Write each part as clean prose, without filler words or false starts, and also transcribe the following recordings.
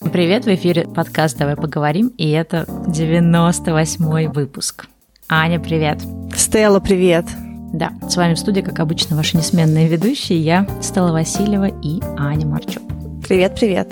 Привет, в эфире подкаст «Давай поговорим», и это 98-й выпуск. Аня, привет. Стелла, привет. Да, с вами в студии, как обычно, ваши несменные ведущие, я, Стелла Васильева и Аня Марчук. Привет.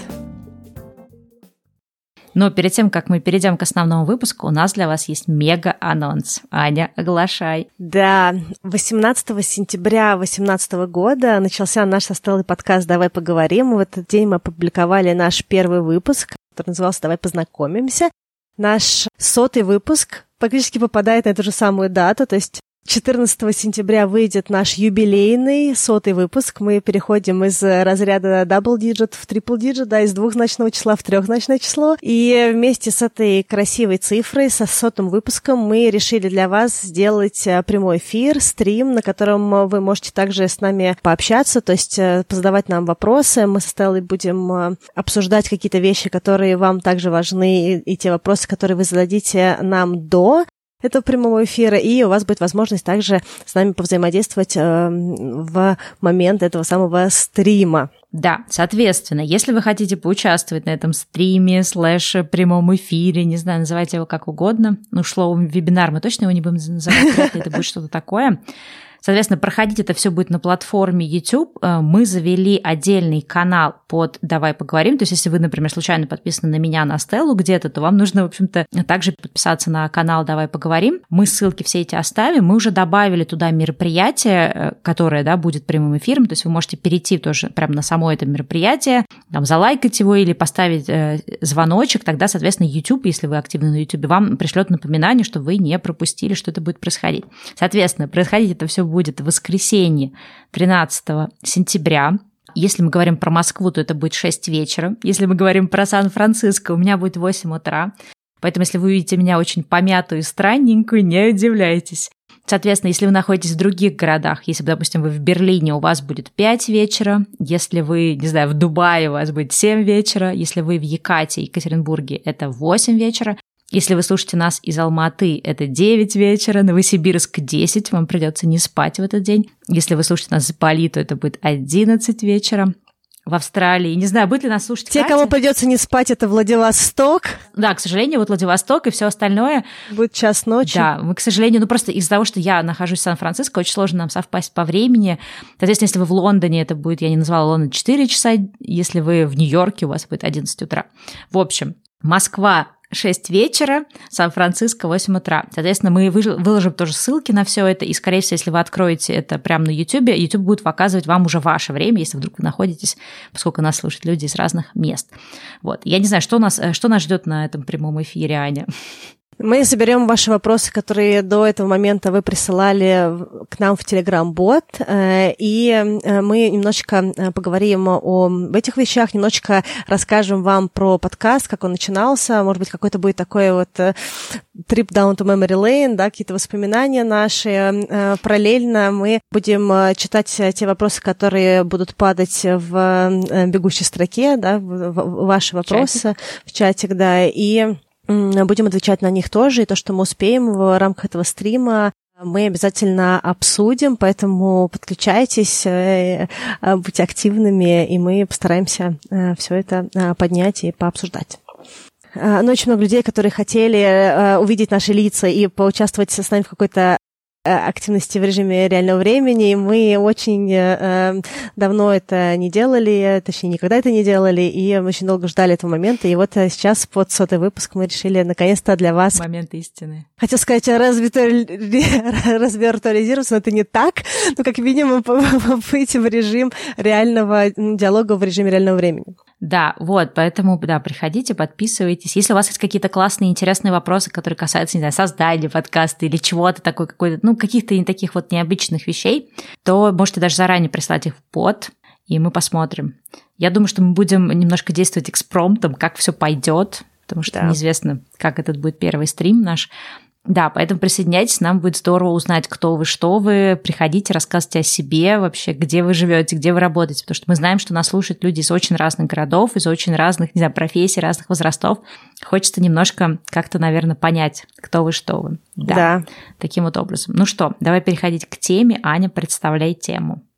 Но перед тем, как мы перейдем к основному выпуску, у нас для вас есть мега-анонс. Аня, оглашай. Да, 18 сентября 2018 года начался наш со Стеллой подкаст «Давай поговорим». В этот день мы опубликовали наш первый выпуск, который назывался «Давай познакомимся». Наш 100-й выпуск практически попадает на эту же самую дату, то есть 14 сентября выйдет наш юбилейный 100-й выпуск. Мы переходим из разряда double digit в triple digit, да, из двухзначного числа в трехзначное число. И вместе с этой красивой цифрой, со 100-м выпуском, мы решили для вас сделать прямой эфир, стрим, на котором вы можете также с нами пообщаться, то есть задавать нам вопросы. Мы с Стеллой будем обсуждать какие-то вещи, которые вам также важны, и те вопросы, которые вы зададите нам до этого прямого эфира, и у вас будет возможность также с нами повзаимодействовать в момент этого самого стрима. Да, соответственно, если вы хотите поучаствовать на этом стриме, прямом эфире, не знаю, называйте его как угодно, словом вебинар мы точно его не будем называть, вряд ли это будет что-то такое. Соответственно, проходить это все будет на платформе YouTube. Мы завели отдельный канал под «Давай поговорим». То есть, если вы, например, случайно подписаны на меня, на Стеллу где-то, то вам нужно, в общем-то, также подписаться на канал «Давай поговорим». Мы ссылки все эти оставим. Мы уже добавили туда мероприятие, которое, да, будет прямым эфиром. То есть, вы можете перейти тоже прямо на само это мероприятие, там, залайкать его или поставить звоночек. Тогда, соответственно, YouTube, если вы активны на YouTube, вам пришлет напоминание, что вы не пропустили, что это будет происходить. Соответственно, происходить это все будет в воскресенье 13 сентября. Если мы говорим про Москву, то это будет 6 вечера. Если мы говорим про Сан-Франциско, у меня будет 8 утра. Поэтому, если вы увидите меня очень помятую и странненькую, не удивляйтесь. Соответственно, если вы находитесь в других городах, если, допустим, вы в Берлине, у вас будет 5 вечера. Если вы, не знаю, в Дубае, у вас будет 7 вечера. Если вы в Якате, Екатеринбурге, это 8 вечера. Если вы слушаете нас из Алматы, это 9 вечера, Новосибирск 10, вам придется не спать в этот день. Если вы слушаете нас из Бали, то это будет 11 вечера. В Австралии, не знаю, будет ли нас слушать Те, Катя? кому придется не спать, это Владивосток. Да, к сожалению, вот Владивосток и все остальное. Будет час ночи. Да, мы, к сожалению, просто из-за того, что я нахожусь в Сан-Франциско, очень сложно нам совпасть по времени. Соответственно, если вы в Лондоне, это будет, я не назвала Лондон, 4 часа. Если вы в Нью-Йорке, у вас будет 11 утра. В общем, Москва 6 вечера, Сан-Франциско 8 утра. Соответственно, мы выложим тоже ссылки на все это, и, скорее всего, если вы откроете это прямо на YouTube, YouTube будет показывать вам уже ваше время, если вдруг вы находитесь, поскольку нас слушают люди из разных мест. Вот. Я не знаю, что нас ждет на этом прямом эфире, Аня? Мы соберем ваши вопросы, которые до этого момента вы присылали к нам в Telegram-бот, и мы немножечко поговорим об этих вещах, немножечко расскажем вам про подкаст, как он начинался, может быть, какой-то будет такой вот trip down to memory lane, да, какие-то воспоминания наши. Параллельно мы будем читать те вопросы, которые будут падать в бегущей строке, да, ваши вопросы в чатик, да, и будем отвечать на них тоже, и то, что мы успеем в рамках этого стрима, мы обязательно обсудим, поэтому подключайтесь, будьте активными, и мы постараемся все это поднять и пообсуждать. Но очень много людей, которые хотели увидеть наши лица и поучаствовать с нами в какой-то активности в режиме реального времени. Мы очень давно это не делали, точнее, никогда это не делали, и мы очень долго ждали этого момента. И вот сейчас под 100-й выпуск мы решили наконец-то для вас... Момент истины. Хотел сказать, развиртуализироваться, но это не так. Но как минимум выйти в режим реального диалога в режиме реального времени. Да, вот, поэтому, да, приходите, подписывайтесь. Если у вас есть какие-то классные, интересные вопросы, которые касаются, не знаю, создания подкаста или чего-то такое, какой-то, каких-то не таких вот необычных вещей, то можете даже заранее прислать их в бот, и мы посмотрим. Я думаю, что мы будем немножко действовать экспромтом, как все пойдет, потому что неизвестно, как этот будет первый стрим наш. Да, поэтому присоединяйтесь, нам будет здорово узнать, кто вы, что вы. Приходите, рассказывайте о себе вообще, где вы живете, где вы работаете, потому что мы знаем, что нас слушают люди из очень разных городов, из очень разных, не знаю, профессий, разных возрастов. Хочется немножко как-то, наверное, понять, кто вы, что вы. Да. Таким вот образом. Ну что, давай переходить к теме. Аня, представляй тему.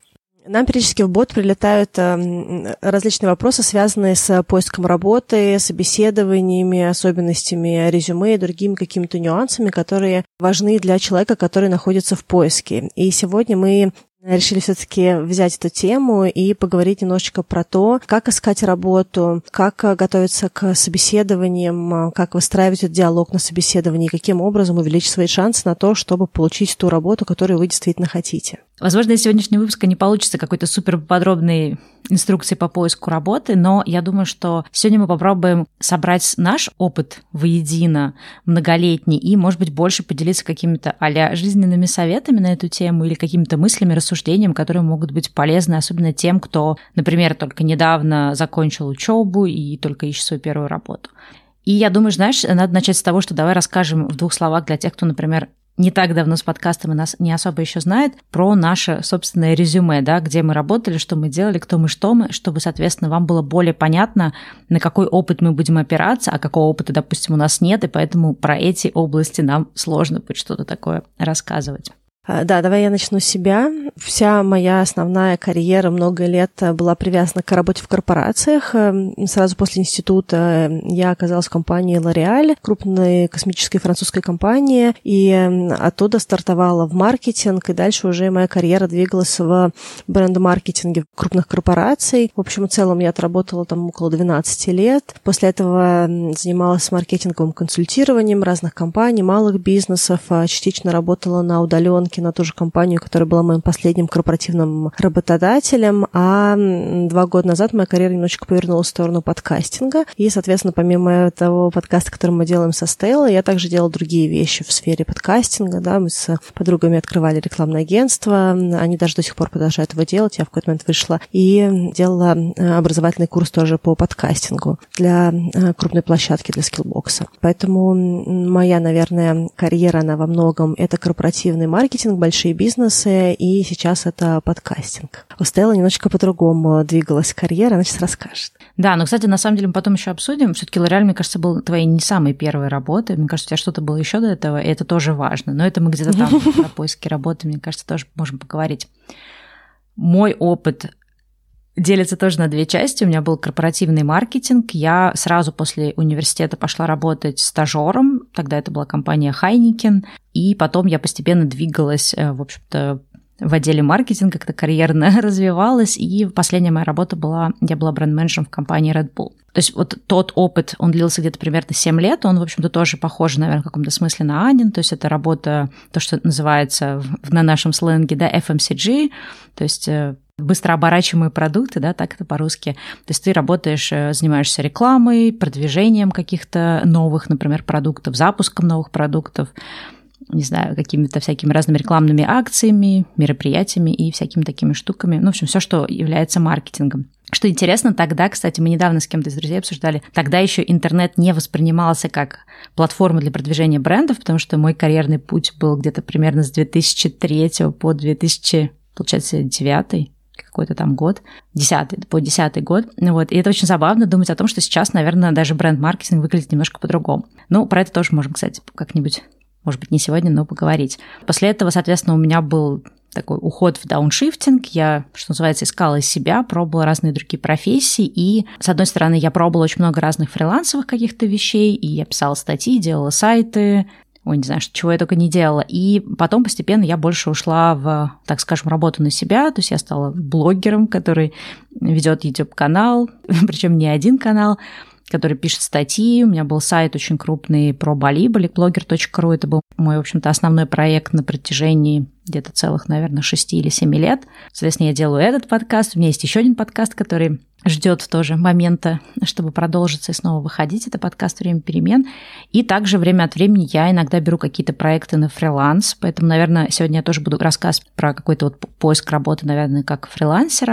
Нам периодически в бот прилетают различные вопросы, связанные с поиском работы, собеседованиями, особенностями резюме и другими какими-то нюансами, которые важны для человека, который находится в поиске. И сегодня мы решили все-таки взять эту тему и поговорить немножечко про то, как искать работу, как готовиться к собеседованиям, как выстраивать этот диалог на собеседовании, каким образом увеличить свои шансы на то, чтобы получить ту работу, которую вы действительно хотите. Возможно, из сегодняшнего выпуска не получится какой-то супер подробной инструкции по поиску работы, но я думаю, что сегодня мы попробуем собрать наш опыт воедино, многолетний, и, может быть, больше поделиться какими-то а-ля жизненными советами на эту тему или какими-то мыслями, рассуждениями, которые могут быть полезны, особенно тем, кто, например, только недавно закончил учебу и только ищет свою первую работу. И я думаю, знаешь, надо начать с того, что давай расскажем в 2 словах для тех, кто, например, не так давно с подкастом и нас не особо еще знает, про наше собственное резюме, да, где мы работали, что мы делали, кто мы, что мы, чтобы, соответственно, вам было более понятно, на какой опыт мы будем опираться, а какого опыта, допустим, у нас нет, и поэтому про эти области нам сложно будет что-то такое рассказывать. Да, давай я начну с себя. Вся моя основная карьера много лет была привязана к работе в корпорациях. Сразу после института я оказалась в компании L'Oréal, крупной космической французской компании, и оттуда стартовала в маркетинг, и дальше уже моя карьера двигалась в бренд-маркетинге крупных корпораций. В общем и целом я отработала там около 12 лет. После этого занималась маркетинговым консультированием разных компаний, малых бизнесов, частично работала на удаленке на ту же компанию, которая была моим последним корпоративным работодателем, а 2 года назад моя карьера немножечко повернулась в сторону подкастинга, и, соответственно, помимо того подкаста, который мы делаем со Стеллой, я также делала другие вещи в сфере подкастинга, да, мы с подругами открывали рекламное агентство, они даже до сих пор продолжают его делать, я в какой-то момент вышла и делала образовательный курс тоже по подкастингу для крупной площадки, для Skillbox. Поэтому моя, наверное, карьера, она во многом это корпоративный маркетинг, большие бизнесы, и сейчас это подкастинг. У Стеллы немножечко по-другому двигалась карьера, она сейчас расскажет. Да, но, кстати, на самом деле мы потом еще обсудим. Все-таки L'Oréal, мне кажется, был твоей не самой первой работой. Мне кажется, у тебя что-то было еще до этого, и это тоже важно. Но это мы где-то там про поиски работы, мне кажется, тоже можем поговорить. Мой опыт делится тоже на 2 части. У меня был корпоративный маркетинг. Я сразу после университета пошла работать стажером. Тогда это была компания Heineken. И потом я постепенно двигалась, в общем-то, в отделе маркетинга, как-то карьерно развивалась. И последняя моя работа была, я была бренд-менеджером в компании Red Bull. То есть вот тот опыт, он длился где-то примерно 7 лет. Он, в общем-то, тоже похож, наверное, в каком-то смысле на Анин. То есть это работа, то, что называется на нашем сленге, да, FMCG. То есть быстро оборачиваемые продукты, да, так это по-русски. То есть ты работаешь, занимаешься рекламой, продвижением каких-то новых, например, продуктов, запуском новых продуктов, не знаю, какими-то всякими разными рекламными акциями, мероприятиями и всякими такими штуками. Ну, в общем, все, что является маркетингом. Что интересно, тогда, кстати, мы недавно с кем-то из друзей обсуждали, тогда еще интернет не воспринимался как платформа для продвижения брендов, потому что мой карьерный путь был где-то примерно с 2003 по 2009 какой-то там год, 10 по 10 год. Вот. И это очень забавно думать о том, что сейчас, наверное, даже бренд-маркетинг выглядит немножко по-другому. Ну, про это тоже можем, кстати, как-нибудь, может быть, не сегодня, но поговорить. После этого, соответственно, у меня был такой уход в дауншифтинг. Я, что называется, искала себя, пробовала разные другие профессии. И, с одной стороны, я пробовала очень много разных фрилансовых каких-то вещей, и я писала статьи, делала сайты, не знаю, чего я только не делала. И потом постепенно я больше ушла в, так скажем, работу на себя. То есть я стала блогером, который ведет YouTube-канал, причем не один канал, который пишет статьи. У меня был сайт очень крупный про Бали, blogger.ru. Это был мой, в общем-то, основной проект на протяжении где-то целых, наверное, 6 или 7 лет. Соответственно, я делаю этот подкаст. У меня есть еще один подкаст, который ждет тоже момента, чтобы продолжиться и снова выходить. Это подкаст «Время перемен». И также время от времени я иногда беру какие-то проекты на фриланс. Поэтому, наверное, сегодня я тоже буду рассказывать про какой-то вот поиск работы, наверное, как фрилансера.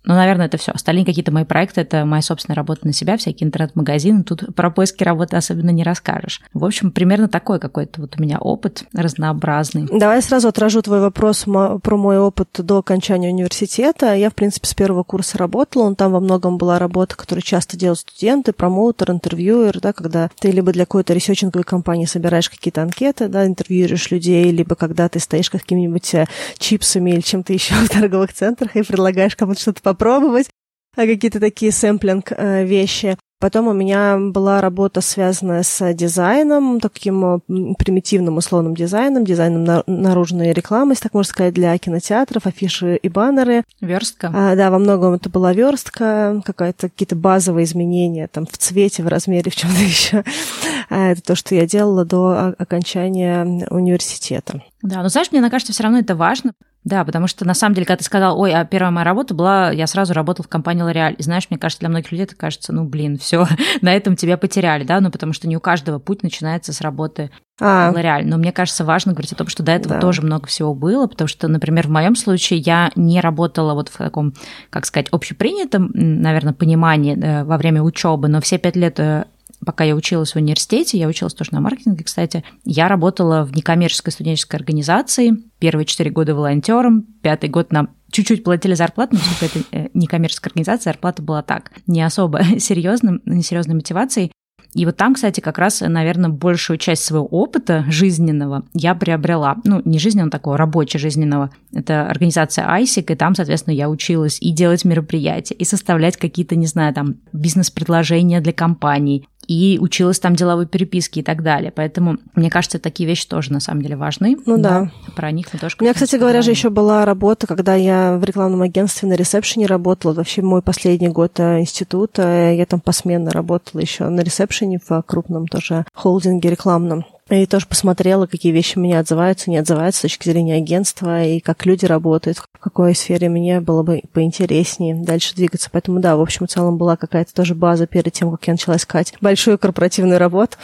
Ну, наверное, это все. Остальные какие-то мои проекты — это моя собственная работа на себя, всякие интернет-магазины. Тут про поиски работы особенно не расскажешь. В общем, примерно такой какой-то вот у меня опыт разнообразный. Давай я сразу отражу твой вопрос про мой опыт до окончания университета. Я, в принципе, с первого курса работала. Там во многом была работа, которую часто делают студенты, промоутер, интервьюер, да, когда ты либо для какой-то ресерчинговой компании собираешь какие-то анкеты, да, интервьюируешь людей, либо когда ты стоишь какими-нибудь чипсами или чем-то еще в торговых центрах и предлагаешь кому-то что-то попробовать, какие-то такие сэмплинг вещи. Потом у меня была работа, связанная с дизайном, таким примитивным условным дизайном наружной рекламы, если так можно сказать, для кинотеатров, афиши и баннеры. Верстка? Да, во многом это была верстка, какие-то базовые изменения там в цвете, в размере, в чем-то еще. Это то, что я делала до окончания университета. Да, но знаешь, мне кажется, все равно это важно. Да, потому что, на самом деле, когда ты сказал, ой, а первая моя работа была, я сразу работала в компании L'Oréal. И знаешь, мне кажется, для многих людей это кажется, все, на этом тебя потеряли, да, потому что не у каждого путь начинается с работы L'Oréal. Но мне кажется, важно говорить о том, что до этого тоже много всего было, потому что, например, в моем случае я не работала вот в таком, как сказать, общепринятом, наверное, понимании во время учебы, но все 5 лет пока я училась в университете, я училась тоже на маркетинге, кстати, я работала в некоммерческой студенческой организации, первые 4 года волонтером, 5-й год нам чуть-чуть платили зарплату, но поскольку это некоммерческая организация, зарплата была так, не особо несерьезной мотивацией. И вот там, кстати, как раз, наверное, большую часть своего опыта жизненного я приобрела. Не жизненного такого, рабоче-жизненного. Это организация ISIC, и там, соответственно, я училась и делать мероприятия, и составлять какие-то, не знаю, там, бизнес-предложения для компаний, и училась там деловой переписке и так далее. Поэтому, мне кажется, такие вещи тоже на самом деле важны. Да. Про них мы тоже... У меня, кстати говоря, же еще была работа, когда я в рекламном агентстве на ресепшене работала. Вообще мой последний год института, я там посменно работала еще на ресепшене в крупном тоже холдинге рекламном. И тоже посмотрела, какие вещи мне отзываются, не отзываются с точки зрения агентства, и как люди работают, в какой сфере мне было бы поинтереснее дальше двигаться. Поэтому, да, в общем и целом была какая-то тоже база перед тем, как я начала искать большую корпоративную работу.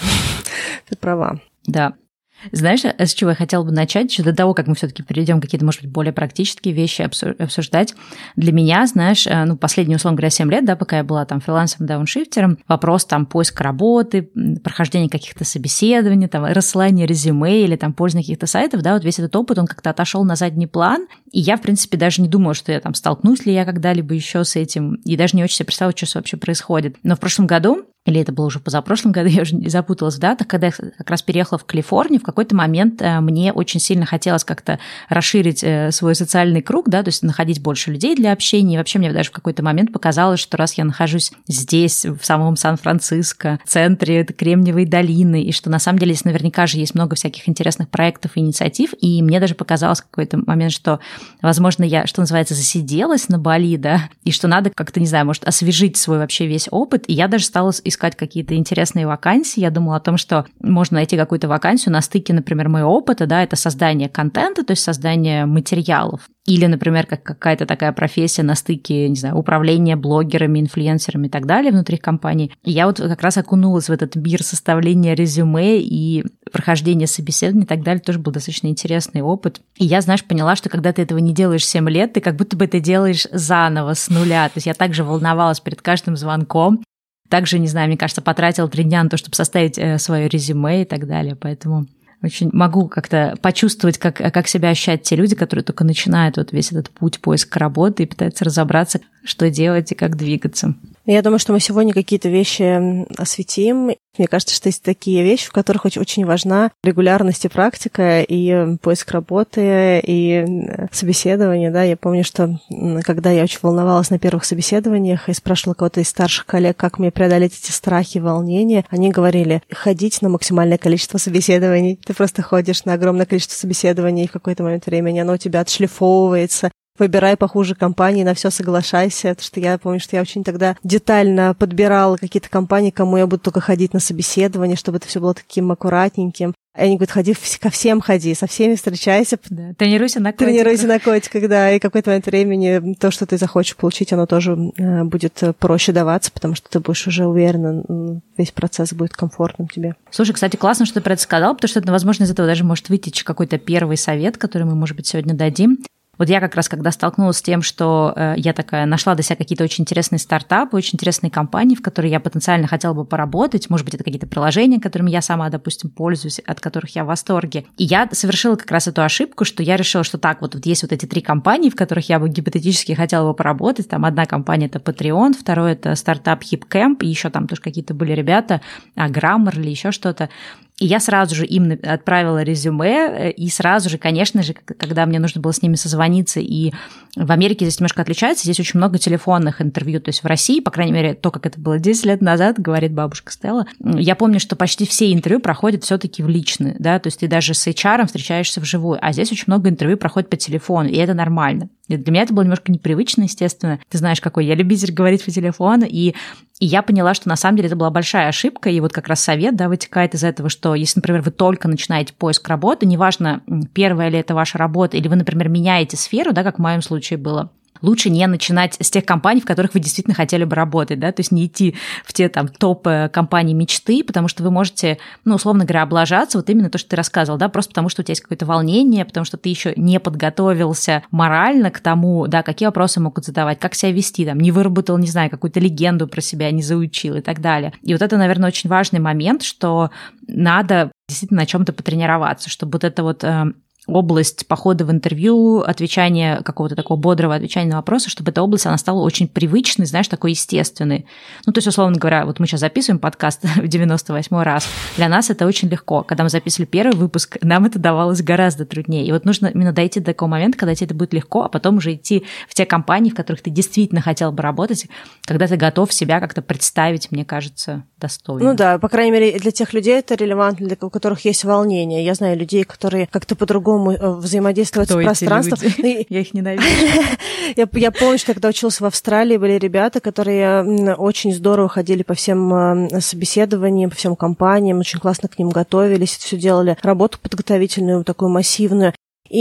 Ты права. Да. Знаешь, с чего я хотела бы начать, еще до того, как мы все-таки перейдем какие-то, может быть, более практические вещи обсуждать. Для меня, знаешь, последние, условно говоря, 7 лет, да, пока я была там фрилансером, дауншифтером, вопрос там поиска работы, прохождение каких-то собеседований, там, рассылание резюме или там пользование каких-то сайтов, да, вот весь этот опыт, он как-то отошел на задний план, и я, в принципе, даже не думала, что я там столкнусь ли я когда-либо еще с этим, и даже не очень себе представила, что вообще происходит. Но в прошлом году, или это было уже позапрошлом году, я уже запуталась в датах, когда я как раз переехала в Калифорнию, в какой-то момент мне очень сильно хотелось как-то расширить свой социальный круг, да, то есть находить больше людей для общения. И вообще мне даже в какой-то момент показалось, что раз я нахожусь здесь, в самом Сан-Франциско, в центре Кремниевой долины, и что на самом деле здесь наверняка же есть много всяких интересных проектов и инициатив, и мне даже показалось в какой-то момент, что, возможно, я, что называется, засиделась на Бали, да, и что надо как-то, не знаю, может, освежить свой вообще весь опыт, и я даже стала искать какие-то интересные вакансии. Я думала о том, что можно найти какую-то вакансию на стыке, например, моего опыта, да, это создание контента, то есть создание материалов. Или, например, как какая-то такая профессия на стыке, не знаю, управления блогерами, инфлюенсерами и так далее внутри компании. И я вот как раз окунулась в этот мир составления резюме и прохождения собеседований и так далее. Тоже был достаточно интересный опыт. И я, знаешь, поняла, что когда ты этого не делаешь 7 лет, ты как будто бы это делаешь заново, с нуля. То есть я также волновалась перед каждым звонком. Также, не знаю, мне кажется, потратила 3 дня на то, чтобы составить свое резюме и так далее. Поэтому очень могу как-то почувствовать, как себя ощущают те люди, которые только начинают вот весь этот путь поиска работы и пытаются разобраться, что делать и как двигаться. Я думаю, что мы сегодня какие-то вещи осветим. Мне кажется, что есть такие вещи, в которых очень важна регулярность и практика, и поиск работы, и собеседование. Да? Я помню, что когда я очень волновалась на первых собеседованиях и спрашивала кого-то из старших коллег, как мне преодолеть эти страхи, волнения, они говорили, ходить на максимальное количество собеседований. Ты просто ходишь на огромное количество собеседований, и в какой-то момент времени оно у тебя отшлифовывается. Выбирай похуже компании, на все соглашайся. Потому что я помню, что я очень тогда детально подбирала какие-то компании, кому я буду только ходить на собеседование, чтобы это все было таким аккуратненьким. И они говорят, ходи, ко всем ходи, со всеми встречайся. Да. Тренируйся на котиках. Тренируйся на котиках, да. И какой-то момент времени то, что ты захочешь получить, оно тоже будет проще даваться, потому что ты будешь уже уверена, весь процесс будет комфортным тебе. Слушай, кстати, классно, что ты про это сказала, потому что, возможно, из этого даже может вытечь какой-то первый совет, который мы, может быть, сегодня дадим. Вот я как раз, когда столкнулась с тем, что я такая нашла для себя какие-то очень интересные стартапы, очень интересные компании, в которые я потенциально хотела бы поработать, может быть, это какие-то приложения, которыми я сама, допустим, пользуюсь, от которых я в восторге. И я совершила как раз эту ошибку, что я решила, что так, вот есть вот эти 3 компании, в которых я бы гипотетически хотела бы поработать. Там одна компания – это Patreon, второй – это стартап HipCamp, и еще там тоже какие-то были ребята, Grammarly, еще что-то. И я сразу же им отправила резюме, и сразу же, конечно же, когда мне нужно было с ними созвониться, и в Америке здесь немножко отличается, здесь очень много телефонных интервью, то есть в России, по крайней мере, то, как это было 10 лет назад, говорит бабушка Стелла, я помню, что почти все интервью проходят все-таки в личные, да, то есть ты даже с HR встречаешься вживую, а здесь очень много интервью проходит по телефону, и это нормально. И для меня это было немножко непривычно, естественно. Ты знаешь, какой я любитель говорить по телефону, и я поняла, что на самом деле это была большая ошибка, и вот как раз совет, да, вытекает из этого, что если, например, вы только начинаете поиск работы, неважно, первая ли это ваша работа, или вы, например, меняете сферу, да, как в моем случае было, лучше не начинать с тех компаний, в которых вы действительно хотели бы работать, да, то есть не идти в те там топ-компании мечты, потому что вы можете, ну, условно говоря, облажаться, вот именно то, что ты рассказывал, да, просто потому что у тебя есть какое-то волнение, потому что ты еще не подготовился морально к тому, да, какие вопросы могут задавать, как себя вести, там, не выработал, не знаю, какую-то легенду про себя, не заучил и так далее. И вот это, наверное, очень важный момент, что надо действительно на чем-то потренироваться, чтобы вот это вот область похода в интервью, отвечания какого-то такого бодрого отвечания на вопросы, чтобы эта область, она стала очень привычной, знаешь, такой естественной. Ну, то есть, условно говоря, вот мы сейчас записываем подкаст в 98-й раз. Для нас это очень легко. Когда мы записывали первый выпуск, нам это давалось гораздо труднее. И вот нужно именно дойти до такого момента, когда тебе это будет легко, а потом уже идти в те компании, в которых ты действительно хотел бы работать, когда ты готов себя как-то представить, мне кажется, достойно. Ну да, по крайней мере, для тех людей это релевантно, у которых есть волнение. Я знаю людей, которые как-то по-другому взаимодействовать с пространством. Я их ненавижу. Я помню, что когда училась в Австралии, были ребята, которые очень здорово ходили по всем собеседованиям, по всем компаниям, очень классно к ним готовились, все делали работу подготовительную, такую массивную.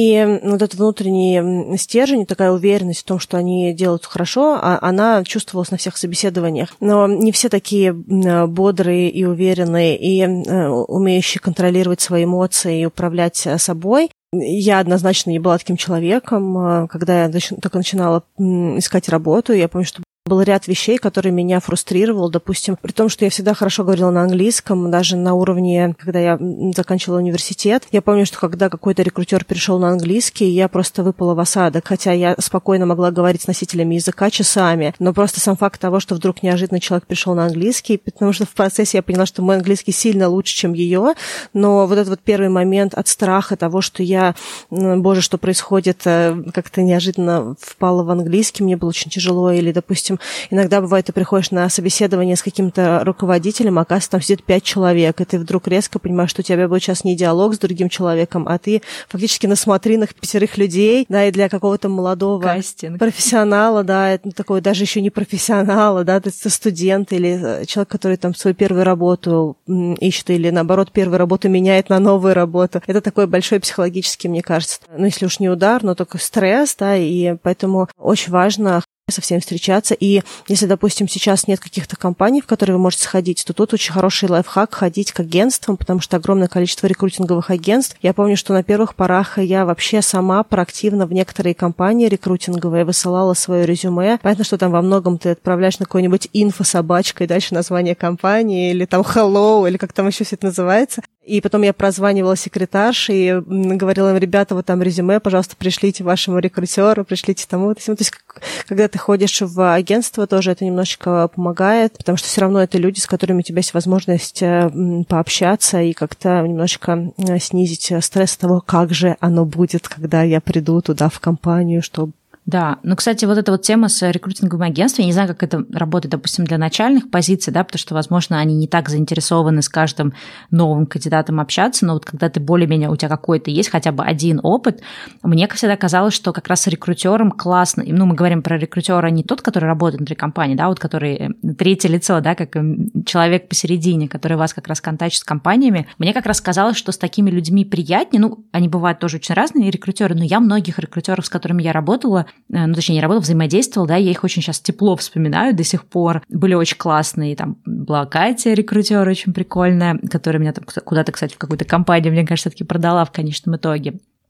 И вот этот внутренний стержень, такая уверенность в том, что они делают хорошо, она чувствовалась на всех собеседованиях. Но не все такие бодрые и уверенные, и умеющие контролировать свои эмоции и управлять собой. Я однозначно не была таким человеком. Когда я только начинала искать работу, я помню, что был ряд вещей, которые меня фрустрировали, допустим, при том, что я всегда хорошо говорила на английском, даже на уровне, когда я заканчивала университет. Я помню, что когда какой-то рекрутер перешел на английский, я просто выпала в осадок, хотя я спокойно могла говорить с носителями языка часами, но просто сам факт того, что вдруг неожиданно человек перешел на английский, потому что в процессе я поняла, что мой английский сильно лучше, чем ее, но вот этот вот первый момент от страха того, что я, боже, что происходит, как-то неожиданно впала в английский, мне было очень тяжело, или, допустим, иногда бывает, ты приходишь на собеседование с каким-то руководителем, а оказывается, там сидит 5 человек, и ты вдруг резко понимаешь, что у тебя будет сейчас не диалог с другим человеком, а ты фактически на смотринах 5 людей, да, и для какого-то молодого профессионала, да, такой даже еще не профессионала, да, ты студент или человек, который там свою первую работу ищет, или наоборот, первую работу меняет на новую работу. Это такой большой психологический, мне кажется, ну, если уж не удар, но только стресс, да, и поэтому очень важно со всеми встречаться. И если, допустим, сейчас нет каких-то компаний, в которые вы можете сходить, то тут очень хороший лайфхак ходить к агентствам, потому что огромное количество рекрутинговых агентств. Я помню, что на первых порах я вообще сама проактивно в некоторые компании рекрутинговые высылала свое резюме. Понятно, что там во многом ты отправляешь на какой-нибудь инфо-собачкой, дальше название компании, или там hello, или как там еще все это называется. И потом я прозванивала секретарше и говорила им: ребята, вот там резюме, пожалуйста, пришлите вашему рекрутеру, пришлите тому. То есть, когда ты ходишь в агентство, тоже это немножечко помогает, потому что все равно это люди, с которыми у тебя есть возможность пообщаться и как-то немножечко снизить стресс того, как же оно будет, когда я приду туда в компанию, чтобы... Да, ну, кстати, вот эта вот тема с рекрутинговым агентством, я не знаю, как это работает, допустим, для начальных позиций, да, потому что, возможно, они не так заинтересованы с каждым новым кандидатом общаться, но вот когда ты более-менее, у тебя какой-то есть хотя бы один опыт, мне всегда казалось, что как раз с рекрутером классно, ну, мы говорим про рекрутера не тот, который работает внутри компании, да, вот который третье лицо, да, как человек посередине, который вас как раз контактит с компаниями, мне как раз казалось, что с такими людьми приятнее, ну, они бывают тоже очень разные рекрутеры, но я многих рекрутеров, с которыми я работала, ну, точнее, не работала, взаимодействовала, да, я их очень сейчас тепло вспоминаю до сих пор. Были очень классные, там, была Катя, рекрутер очень прикольная, которая меня там куда-то, кстати, в какую-то компанию, мне кажется, таки продала в конечном итоге.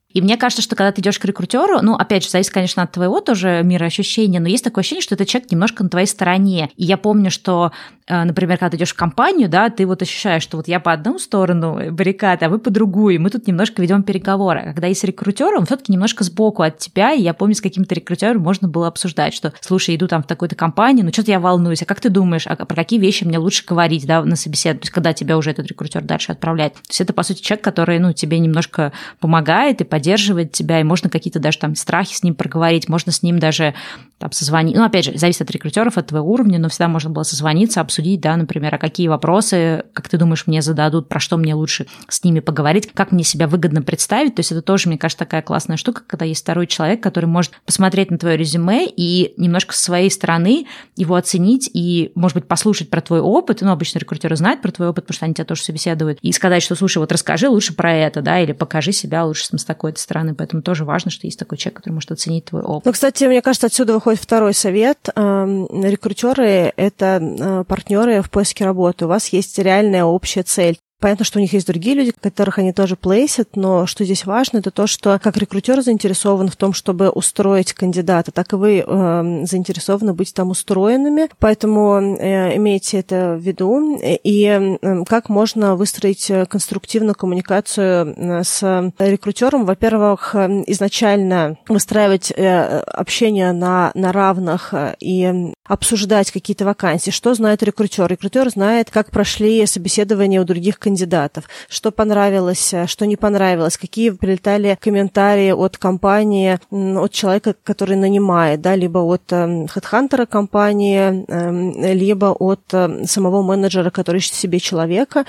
И мне кажется, что когда ты идешь к рекрутеру, ну, опять же, зависит, конечно, от твоего тоже мироощущения, но есть такое ощущение, что этот человек немножко на твоей стороне. И я помню, что, например, когда ты идешь в компанию, да, ты вот ощущаешь, что вот я по одну сторону баррикады, а вы по другую, и мы тут немножко ведем переговоры. А когда есть рекрутер, он все-таки немножко сбоку от тебя, и я помню, с каким-то рекрутером можно было обсуждать, что, слушай, иду там в такую-то компанию, ну, что-то я волнуюсь, а как ты думаешь, а про какие вещи мне лучше говорить, да, на собеседовании, то есть когда тебя уже этот рекрутер дальше отправляет. То есть это, по сути, человек, который, ну, тебе немножко помогает и поддерживает тебя, и можно какие-то даже там страхи с ним проговорить, можно с ним даже там созвонить. Ну, опять же, зависит от рекрутеров, от твоего уровня, но всегда можно было созвониться, обсудить, да, например, а какие вопросы, как ты думаешь, мне зададут, про что мне лучше с ними поговорить, как мне себя выгодно представить. То есть это тоже, мне кажется, такая классная штука, когда есть второй человек, который может посмотреть на твое резюме и немножко со своей стороны его оценить и, может быть, послушать про твой опыт. Ну, обычно рекрутеры знают про твой опыт, потому что они тебя тоже собеседуют. И сказать, что, слушай, вот расскажи лучше про это, да, или покажи себя лучше с такой-то стороны. Поэтому тоже важно, что есть такой человек, который может оценить твой опыт. Ну, кстати, мне кажется, отсюда выходит второй совет. Рекрутеры – это партнеры в поиске работы. У вас есть реальная общая цель. Понятно, что у них есть другие люди, которых они тоже плейсят, но что здесь важно, это то, что как рекрутер заинтересован в том, чтобы устроить кандидата, так и вы заинтересованы быть там устроенными, поэтому имейте это в виду. И как можно выстроить конструктивную коммуникацию с рекрутером? Во-первых, изначально выстраивать общение на равных и обсуждать какие-то вакансии. Что знает рекрутер? Рекрутер знает, как прошли собеседования у других кандидатов, что понравилось, что не понравилось, какие прилетали комментарии от компании, от человека, который нанимает, да, либо от хедхантера компании, либо от самого менеджера, который ищет себе человека.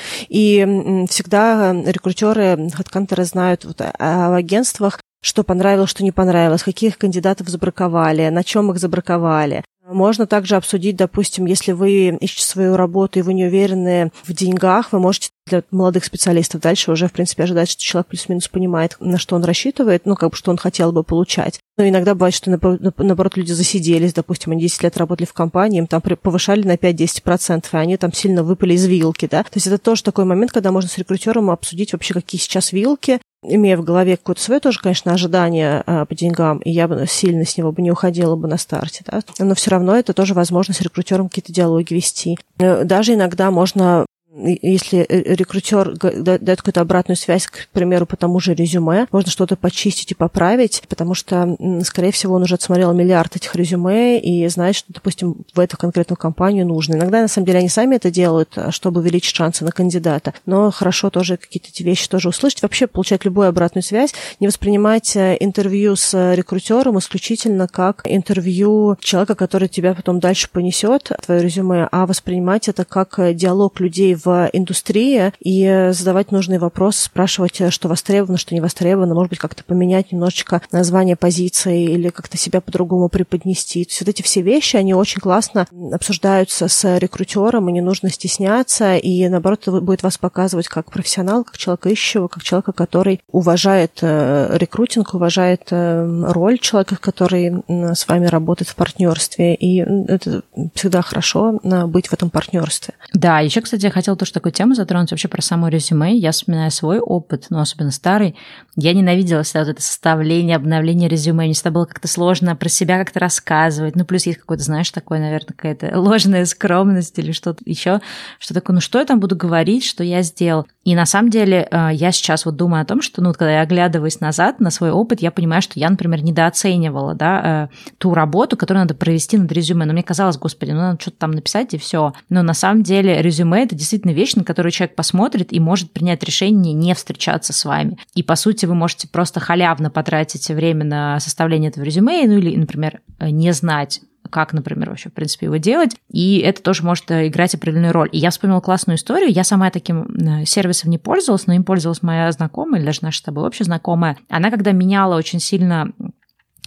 И всегда рекрутеры, хедхантеры знают вот о агентствах, что понравилось, что не понравилось, каких кандидатов забраковали, на чем их забраковали. Можно также обсудить, допустим, если вы ищете свою работу и вы не уверены в деньгах, вы можете для молодых специалистов дальше уже, в принципе, ожидать, что человек плюс-минус понимает, на что он рассчитывает, ну, как бы, что он хотел бы получать. Но иногда бывает, что, наоборот, люди засиделись, допустим, они 10 лет работали в компании, им там повышали на 5-10%, и они там сильно выпали из вилки, да. То есть это тоже такой момент, когда можно с рекрутером обсудить вообще, какие сейчас вилки, имея в голове какое-то свое тоже, конечно, ожидание по деньгам, и я бы сильно с него бы не уходила бы на старте, да. Но все равно это тоже возможно с рекрутером какие-то диалоги вести. Даже иногда можно, если рекрутер дает какую-то обратную связь, к примеру, по тому же резюме, можно что-то почистить и поправить, потому что, скорее всего, он уже отсмотрел миллиард этих резюме и знает, что, допустим, в эту конкретную компанию нужно. Иногда, на самом деле, они сами это делают, чтобы увеличить шансы на кандидата, но хорошо тоже какие-то эти вещи тоже услышать. Вообще, получать любую обратную связь, не воспринимать интервью с рекрутером исключительно как интервью человека, который тебя потом дальше понесет, твое резюме, а воспринимать это как диалог людей в индустрии и задавать нужные вопросы, спрашивать, что востребовано, что не востребовано, может быть, как-то поменять немножечко название позиции или как-то себя по-другому преподнести. То есть вот эти все вещи, они очень классно обсуждаются с рекрутером, и не нужно стесняться, и, наоборот, это будет вас показывать как профессионал, как человека ищущего, как человека, который уважает рекрутинг, уважает роль человека, который с вами работает в партнерстве, и это всегда хорошо быть в этом партнерстве. Да, еще, кстати, я хотела тоже такую тему затронуть вообще про само резюме. Я вспоминаю свой опыт, ну, особенно старый. Я ненавидела всегда вот это составление, обновление резюме. Мне всегда было как-то сложно про себя как-то рассказывать. Ну, плюс есть какой-то, знаешь, такой, наверное, какая-то ложная скромность или что-то еще. Что такое, ну, что я там буду говорить, что я сделал? И на самом деле я сейчас вот думаю о том, что, ну, когда я оглядываюсь назад на свой опыт, я понимаю, что я, например, недооценивала, да, ту работу, которую надо провести над резюме. Но мне казалось, господи, ну, надо что-то там написать и все. Но на самом деле резюме – это действительно вещь, на которую человек посмотрит и может принять решение не встречаться с вами. И, по сути, вы можете просто халявно потратить время на составление этого резюме, ну, или, например, не знать, как, например, вообще, в принципе, его делать, и это тоже может играть определенную роль. И я вспомнила классную историю, я сама таким сервисом не пользовалась, но им пользовалась моя знакомая, или даже наша с тобой общая знакомая. Она, когда меняла очень сильно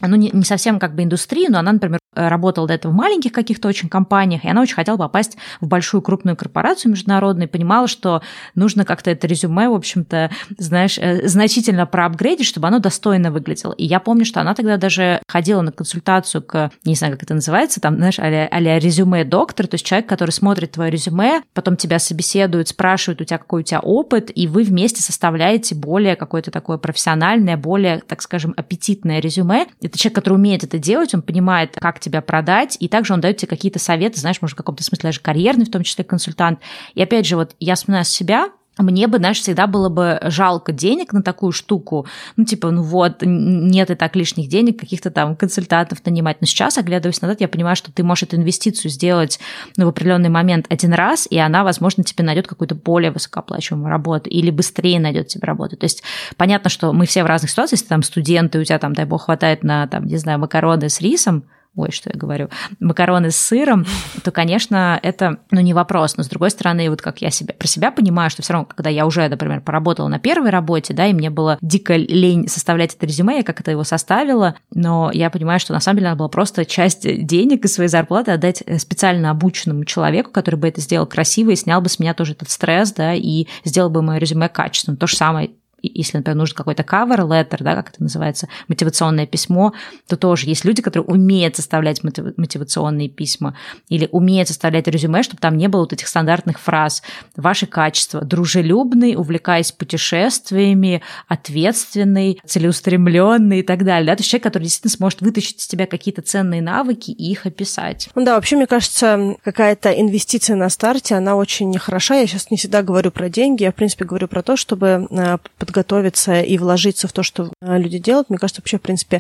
ну, не совсем как бы индустрии, но она, например, работала до этого в маленьких каких-то очень компаниях, и она очень хотела попасть в большую крупную корпорацию международную, и понимала, что нужно как-то это резюме, в общем-то, знаешь, значительно проапгрейдить, чтобы оно достойно выглядело. И я помню, что она тогда даже ходила на консультацию к, не знаю, как это называется, там, знаешь, а-ля резюме-доктор, то есть человек, который смотрит твое резюме, потом тебя собеседует, спрашивает у тебя, какой у тебя опыт, и вы вместе составляете более какое-то такое профессиональное, более, так скажем, аппетитное резюме. Это человек, который умеет это делать, он понимает, как тебя продать, и также он дает тебе какие-то советы, знаешь, может, в каком-то смысле даже карьерный, в том числе консультант. И опять же, вот я вспоминаю себя, мне бы, знаешь, всегда было бы жалко денег на такую штуку, ну, типа, ну вот, нет и так лишних денег, каких-то там консультантов нанимать. Но сейчас, оглядываясь назад, я понимаю, что ты можешь эту инвестицию сделать, ну, в определенный момент один раз, и она, возможно, тебе найдет какую-то более высокооплачиваемую работу или быстрее найдет тебе работу. То есть понятно, что мы все в разных ситуациях, если там студенты, у тебя там, дай бог, хватает на, там, не знаю, макароны с рисом, что я говорю, макароны с сыром, то, конечно, это, ну, не вопрос. Но, с другой стороны, вот как я про себя понимаю, что все равно, когда я уже, например, поработала на первой работе, да, и мне было дико лень составлять это резюме, я как это его составила, но я понимаю, что, на самом деле, надо было просто часть денег из своей зарплаты отдать специально обученному человеку, который бы это сделал красиво и снял бы с меня тоже этот стресс, да, и сделал бы мое резюме качественным. То же самое, если, например, нужен какой-то cover letter, да, как это называется, мотивационное письмо, то тоже есть люди, которые умеют составлять мотивационные письма или умеют составлять резюме, чтобы там не было вот этих стандартных фраз. Ваши качества: дружелюбный, увлекаясь путешествиями, ответственный, целеустремленный и так далее. Да? То есть человек, который действительно сможет вытащить из тебя какие-то ценные навыки и их описать. Ну да, вообще, мне кажется, какая-то инвестиция на старте, она очень хороша. Я сейчас не всегда говорю про деньги, я, в принципе, говорю про то, чтобы подготовиться и вложиться в то, что люди делают. Мне кажется, вообще, в принципе,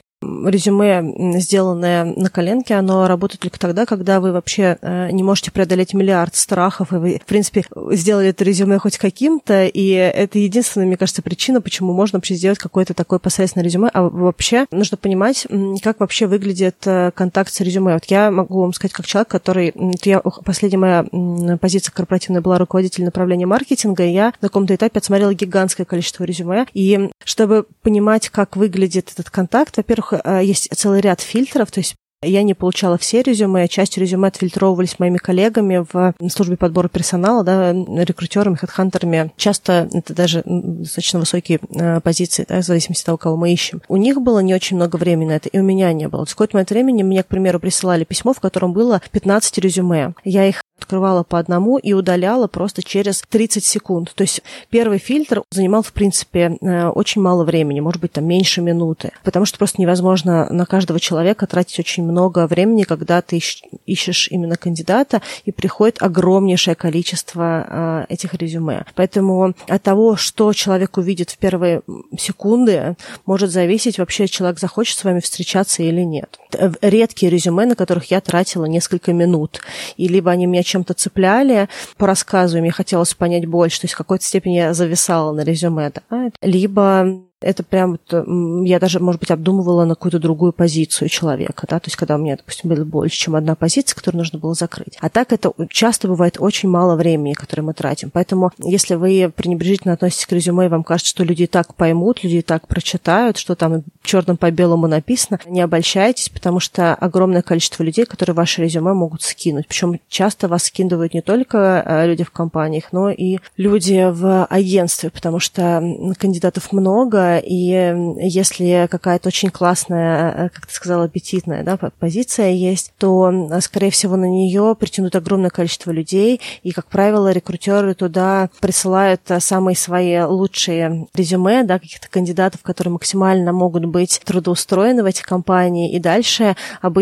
резюме, сделанное на коленке, оно работает только тогда, когда вы вообще не можете преодолеть миллиард страхов, и вы, в принципе, сделали это резюме хоть каким-то, и это единственная, мне кажется, причина, почему можно вообще сделать какое-то такое посредственное резюме. А вообще нужно понимать, как вообще выглядит контакт с резюме. Вот я могу вам сказать, как человек, который... Последняя моя позиция корпоративная была руководитель направления маркетинга, и я на каком-то этапе отсмотрела гигантское количество резюме. И чтобы понимать, как выглядит этот контакт, во-первых, есть целый ряд фильтров, то есть я не получала все резюме, часть резюме отфильтровывались моими коллегами в службе подбора персонала, да, рекрутерами, хедхантерами. Часто это даже достаточно высокие позиции, да, в зависимости от того, кого мы ищем. У них было не очень много времени на это, и у меня не было. В какой-то момент времени мне, к примеру, присылали письмо, в котором было 15 резюме. Я их открывала по одному и удаляла просто через 30 секунд. То есть первый фильтр занимал, в принципе, очень мало времени, может быть, там меньше минуты, потому что просто невозможно на каждого человека тратить очень много времени, когда ты ищешь именно кандидата, и приходит огромнейшее количество этих резюме. Поэтому от того, что человек увидит в первые секунды, может зависеть, вообще человек захочет с вами встречаться или нет. Редкие резюме, на которых я тратила несколько минут, и либо они меня чем-то цепляли по рассказу, и мне хотелось понять больше, то есть в какой-то степени я зависала на резюме, да? Либо это прям, я даже, может быть, обдумывала на какую-то другую позицию человека, да, то есть когда у меня, допустим, было больше, чем одна позиция, которую нужно было закрыть. А так это часто бывает очень мало времени, которое мы тратим. Поэтому если вы пренебрежительно относитесь к резюме, и вам кажется, что люди и так поймут, люди и так прочитают, что там черным по белому написано, не обольщайтесь, потому что огромное количество людей, которые ваше резюме могут скинуть. Причем часто вас скидывают не только люди в компаниях, но и люди в агентстве, потому что кандидатов много, и если какая-то очень классная, как ты сказала, аппетитная, да, позиция есть, то, скорее всего, на нее притянут огромное количество людей, и, как правило, рекрутеры туда присылают самые свои лучшие резюме, да, каких-то кандидатов, которые максимально могут быть трудоустроены в этих компаниях, и дальше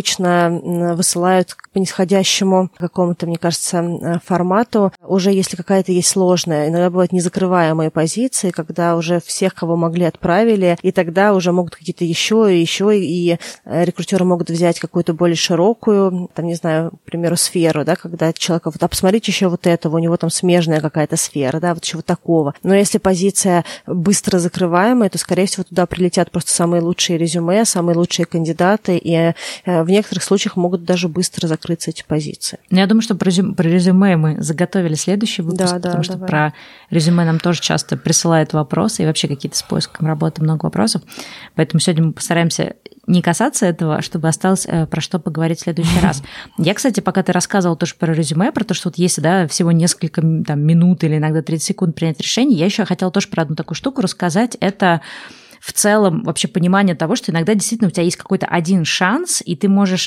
обычно высылают по нисходящему какому-то, мне кажется, формату, уже если какая-то есть сложная, иногда бывают незакрываемые позиции, когда уже всех, кого могли, отправили, и тогда уже могут какие-то еще, и рекрутеры могут взять какую-то более широкую, там, не знаю, к примеру, сферу, да, когда человек, вот, посмотрите еще вот этого, у него там смежная какая-то сфера, да, вот еще вот такого. Но если позиция быстро закрываемая, то, скорее всего, туда прилетят просто самые лучшие резюме, самые лучшие кандидаты, и в некоторых случаях могут даже быстро закрыться эти позиции. Я думаю, что про резюме мы заготовили следующий выпуск, потому что про резюме нам тоже часто присылают вопросы и вообще какие-то с поиском поиском работы много вопросов, поэтому сегодня мы постараемся не касаться этого, чтобы осталось про что поговорить в следующий раз. Я, кстати, пока ты рассказывала тоже про резюме, про то, что вот если, да, всего несколько там, минут или иногда 30 секунд принять решение, я еще хотела тоже про одну такую штуку рассказать. Это в целом вообще понимание того, что иногда действительно у тебя есть какой-то один шанс, и ты можешь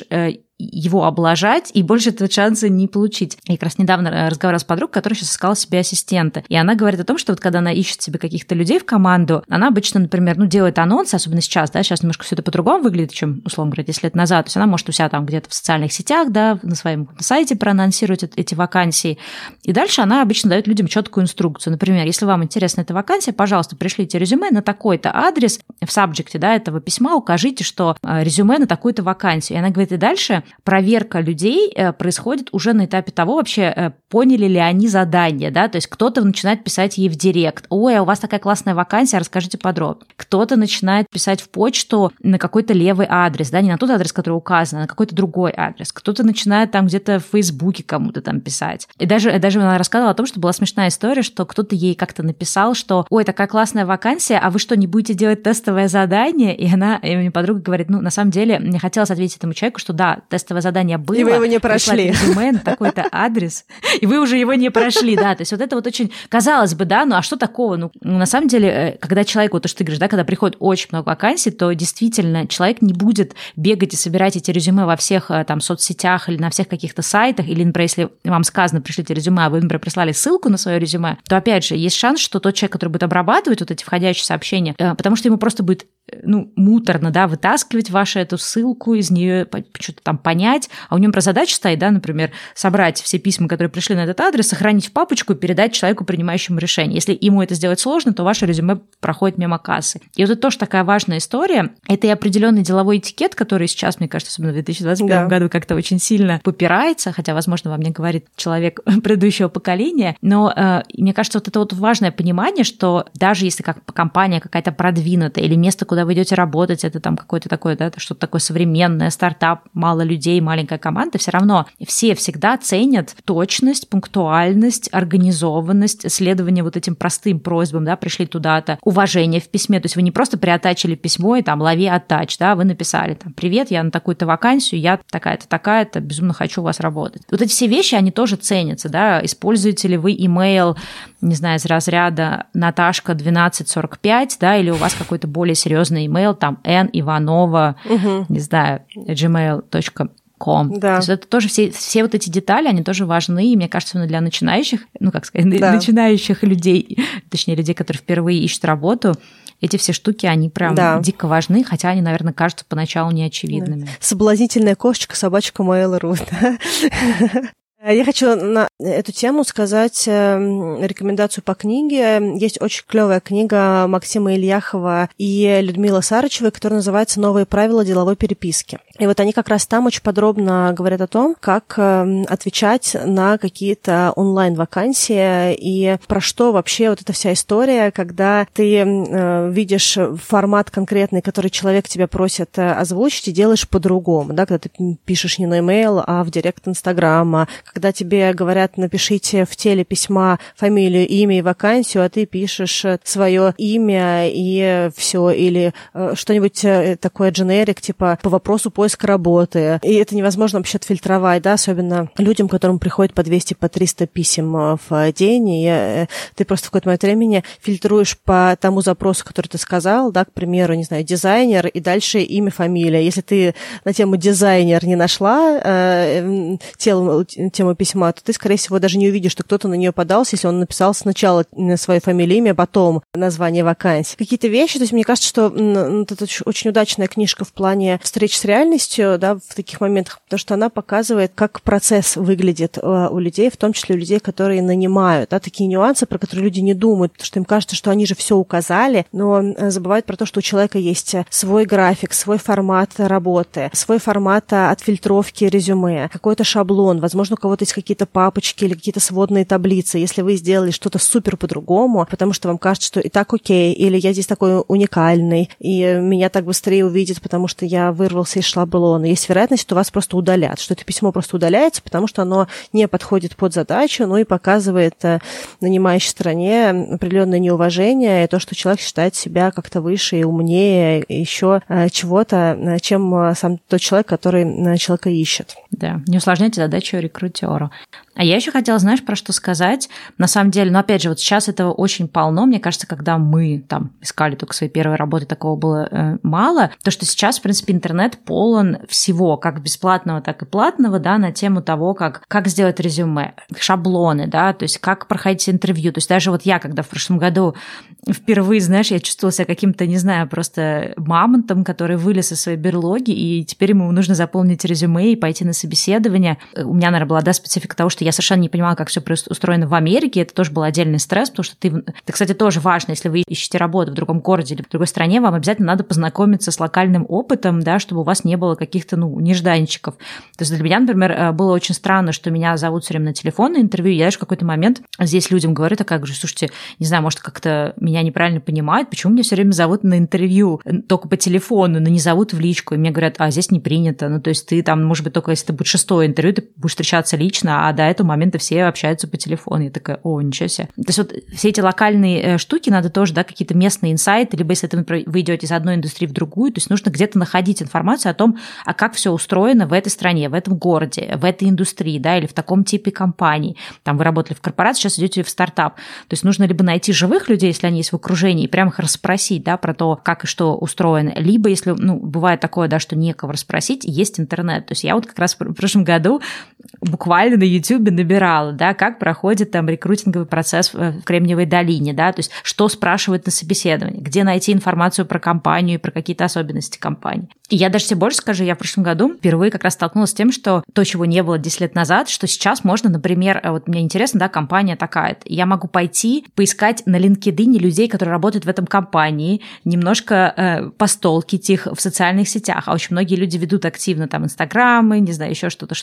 его облажать и больше этого шанса не получить. Я как раз недавно разговаривала с подругой, которая сейчас искала себе ассистента. И она говорит о том, что вот когда она ищет себе каких-то людей в команду, она обычно, например, делает анонсы, особенно сейчас, да, сейчас немножко все это по-другому выглядит, чем, условно говоря, 10 лет назад. То есть она может у себя там где-то в социальных сетях, да, на своем сайте проанонсировать эти вакансии. И дальше она обычно дает людям четкую инструкцию. Например, если вам интересна эта вакансия, пожалуйста, пришлите резюме на такой-то адрес. В сабжекте, да, этого письма укажите, что резюме на такую-то вакансию. И она говорит, и дальше проверка людей происходит уже на этапе того, вообще поняли ли они задание, да, то есть кто-то начинает писать ей в директ, ой, а у вас такая классная вакансия, расскажите подробно. Кто-то начинает писать в почту на какой-то левый адрес, да, не на тот адрес, который указан, а на какой-то другой адрес. Кто-то начинает там где-то в Фейсбуке кому-то там писать. И даже она рассказывала о том, что была смешная история, что кто-то ей как-то написал, что, ой, такая классная вакансия, а вы что, не будете делать тестовое задание? И мне подруга говорит, на самом деле, мне хотелось ответить этому человеку, что да, тестовое задание было. И вы его не прошли. Резюме на такой-то адрес, и вы уже его не прошли, да. То есть вот это вот очень, казалось бы, да, а что такого? На самом деле, когда человек, вот то, что ты говоришь, да, когда приходит очень много вакансий, то действительно человек не будет бегать и собирать эти резюме во всех там соцсетях или на всех каких-то сайтах, или, например, если вам сказано, пришлите резюме, а вы, например, прислали ссылку на свое резюме, то, опять же, есть шанс, что тот человек, который будет обрабатывать вот эти входящие сообщения, потому что ему просто будет муторно, да, вытаскивать вашу эту ссылку, из нее что-то там понять, а у него, например, задача стоит, да, например, собрать все письма, которые пришли на этот адрес, сохранить в папочку и передать человеку, принимающему решение. Если ему это сделать сложно, то ваше резюме проходит мимо кассы. И вот это тоже такая важная история. Это и определенный деловой этикет, который сейчас, мне кажется, особенно в 2021 году как-то очень сильно попирается, хотя, возможно, во мне говорит человек предыдущего поколения, но мне кажется, вот это вот важное понимание, что даже если как компания какая-то продвинутая или место, куда вы идете работать, это там какое-то такое, да, что-то такое современное, стартап, мало людей, маленькая команда, все равно все всегда ценят точность, пунктуальность, организованность, следование вот этим простым просьбам, да, пришли туда-то, уважение в письме, то есть вы не просто приатачили письмо и там лови оттач, да, вы написали там, привет, я на такую-то вакансию, я такая-то, такая-то, безумно хочу у вас работать. Вот эти все вещи, они тоже ценятся, да, используете ли вы имейл, не знаю, из разряда Наташка 1245, да, или у вас какой-то более серьезный имейл, там, Иванова, не знаю, gmail.com. Да. То есть это тоже все вот эти детали, они тоже важны, и мне кажется, для начинающих, начинающих людей, точнее, людей, которые впервые ищут работу, эти все штуки, они прям дико важны, хотя они, наверное, кажутся поначалу неочевидными. Соблазнительная кошечка, собачка Mail.ru, да? Я хочу на эту тему сказать рекомендацию по книге. Есть очень клевая книга Максима Ильяхова и Людмилы Сарычевой, которая называется «Новые правила деловой переписки». И вот они как раз там очень подробно говорят о том, как отвечать на какие-то онлайн-вакансии и про что вообще вот эта вся история, когда ты видишь формат конкретный, который человек тебя просит озвучить, и делаешь по-другому, да, когда ты пишешь не на имейл, а в директ Инстаграма, когда тебе говорят, напишите в теле письма фамилию, имя и вакансию, а ты пишешь свое имя и все, или что-нибудь такое дженерик, типа по вопросу поиска работы. И это невозможно вообще отфильтровать, да, особенно людям, которым приходит по 200, по 300 писем в день, и ты просто в какой-то момент времени фильтруешь по тому запросу, который ты сказал, да, к примеру, не знаю, дизайнер, и дальше имя, фамилия. Если ты на тему дизайнер не нашла тему письма, то ты, скорее всего, даже не увидишь, что кто-то на нее подался, если он написал сначала свою фамилию, имя, потом название вакансии. Какие-то вещи, то есть мне кажется, что это очень удачная книжка в плане встреч с реальностью, да, в таких моментах, потому что она показывает, как процесс выглядит у людей, в том числе у людей, которые нанимают, да, такие нюансы, про которые люди не думают, потому что им кажется, что они же все указали, но забывают про то, что у человека есть свой график, свой формат работы, свой формат отфильтровки резюме, какой-то шаблон, возможно, у кого вот эти какие-то папочки или какие-то сводные таблицы, если вы сделали что-то супер по-другому, потому что вам кажется, что и так окей, или я здесь такой уникальный, и меня так быстрее увидят, потому что я вырвался из шаблона, есть вероятность, что вас просто удалят, что это письмо просто удаляется, потому что оно не подходит под задачу, ну и показывает нанимающей стороне определенное неуважение, и то, что человек считает себя как-то выше и умнее, и еще чего-то, чем сам тот человек, который человека ищет. Да, не усложняйте задачу рекрутеру. А я еще хотела, знаешь, про что сказать. На самом деле, ну, опять же, вот сейчас этого очень полно. Мне кажется, когда мы там искали только свои первые работы, такого было мало. То, что сейчас, в принципе, интернет полон всего, как бесплатного, так и платного, да, на тему того, как сделать резюме, шаблоны, да, то есть как проходить интервью. То есть даже вот я, когда в прошлом году впервые, знаешь, я чувствовала себя каким-то, не знаю, просто мамонтом, который вылез из своей берлоги, и теперь ему нужно заполнить резюме и пойти на собеседование. У меня, наверное, была, да, специфика того, что я совершенно не понимала, как все устроено в Америке. Это тоже был отдельный стресс, потому что это, кстати, тоже важно, если вы ищете работу в другом городе или в другой стране, вам обязательно надо познакомиться с локальным опытом, да, чтобы у вас не было каких-то, нежданчиков. То есть для меня, например, было очень странно, что меня зовут все время на телефон на интервью, я даже в какой-то момент здесь людям говорю, говорю, слушайте, не знаю, может, как-то меня неправильно понимают, почему меня все время зовут на интервью только по телефону, но не зовут в личку, и мне говорят, здесь не принято, ну, то есть ты там, может быть, только если это будет 6-е интервью, ты будешь встречаться лично, а до этого момента все общаются по телефону. Я такая, ничего себе. То есть вот все эти локальные штуки надо тоже, да, какие-то местные инсайты, либо если вы идете из одной индустрии в другую, то есть нужно где-то находить информацию о том, как все устроено в этой стране, в этом городе, в этой индустрии, да, или в таком типе компании. Там вы работали в корпорации, сейчас идете в стартап. То есть нужно либо найти живых людей, если они есть в окружении, и прямо их расспросить, да, про то, как и что устроено, либо если, бывает такое, да, что некого расспросить, есть интернет. То есть я вот как раз в прошлом году буквально на YouTube набирала, да, как проходит там рекрутинговый процесс в Кремниевой долине, да, то есть что спрашивают на собеседовании, где найти информацию про компанию и про какие-то особенности компании. И я даже тебе больше скажу, я в прошлом году впервые как раз столкнулась с тем, что то, чего не было 10 лет назад, что сейчас можно, например, вот мне интересно, да, компания такая-то, я могу пойти поискать на LinkedIn людей, которые работают в этом компании, немножко постолкить их в социальных сетях, а очень многие люди ведут активно там инстаграмы, не знаю, еще что-то.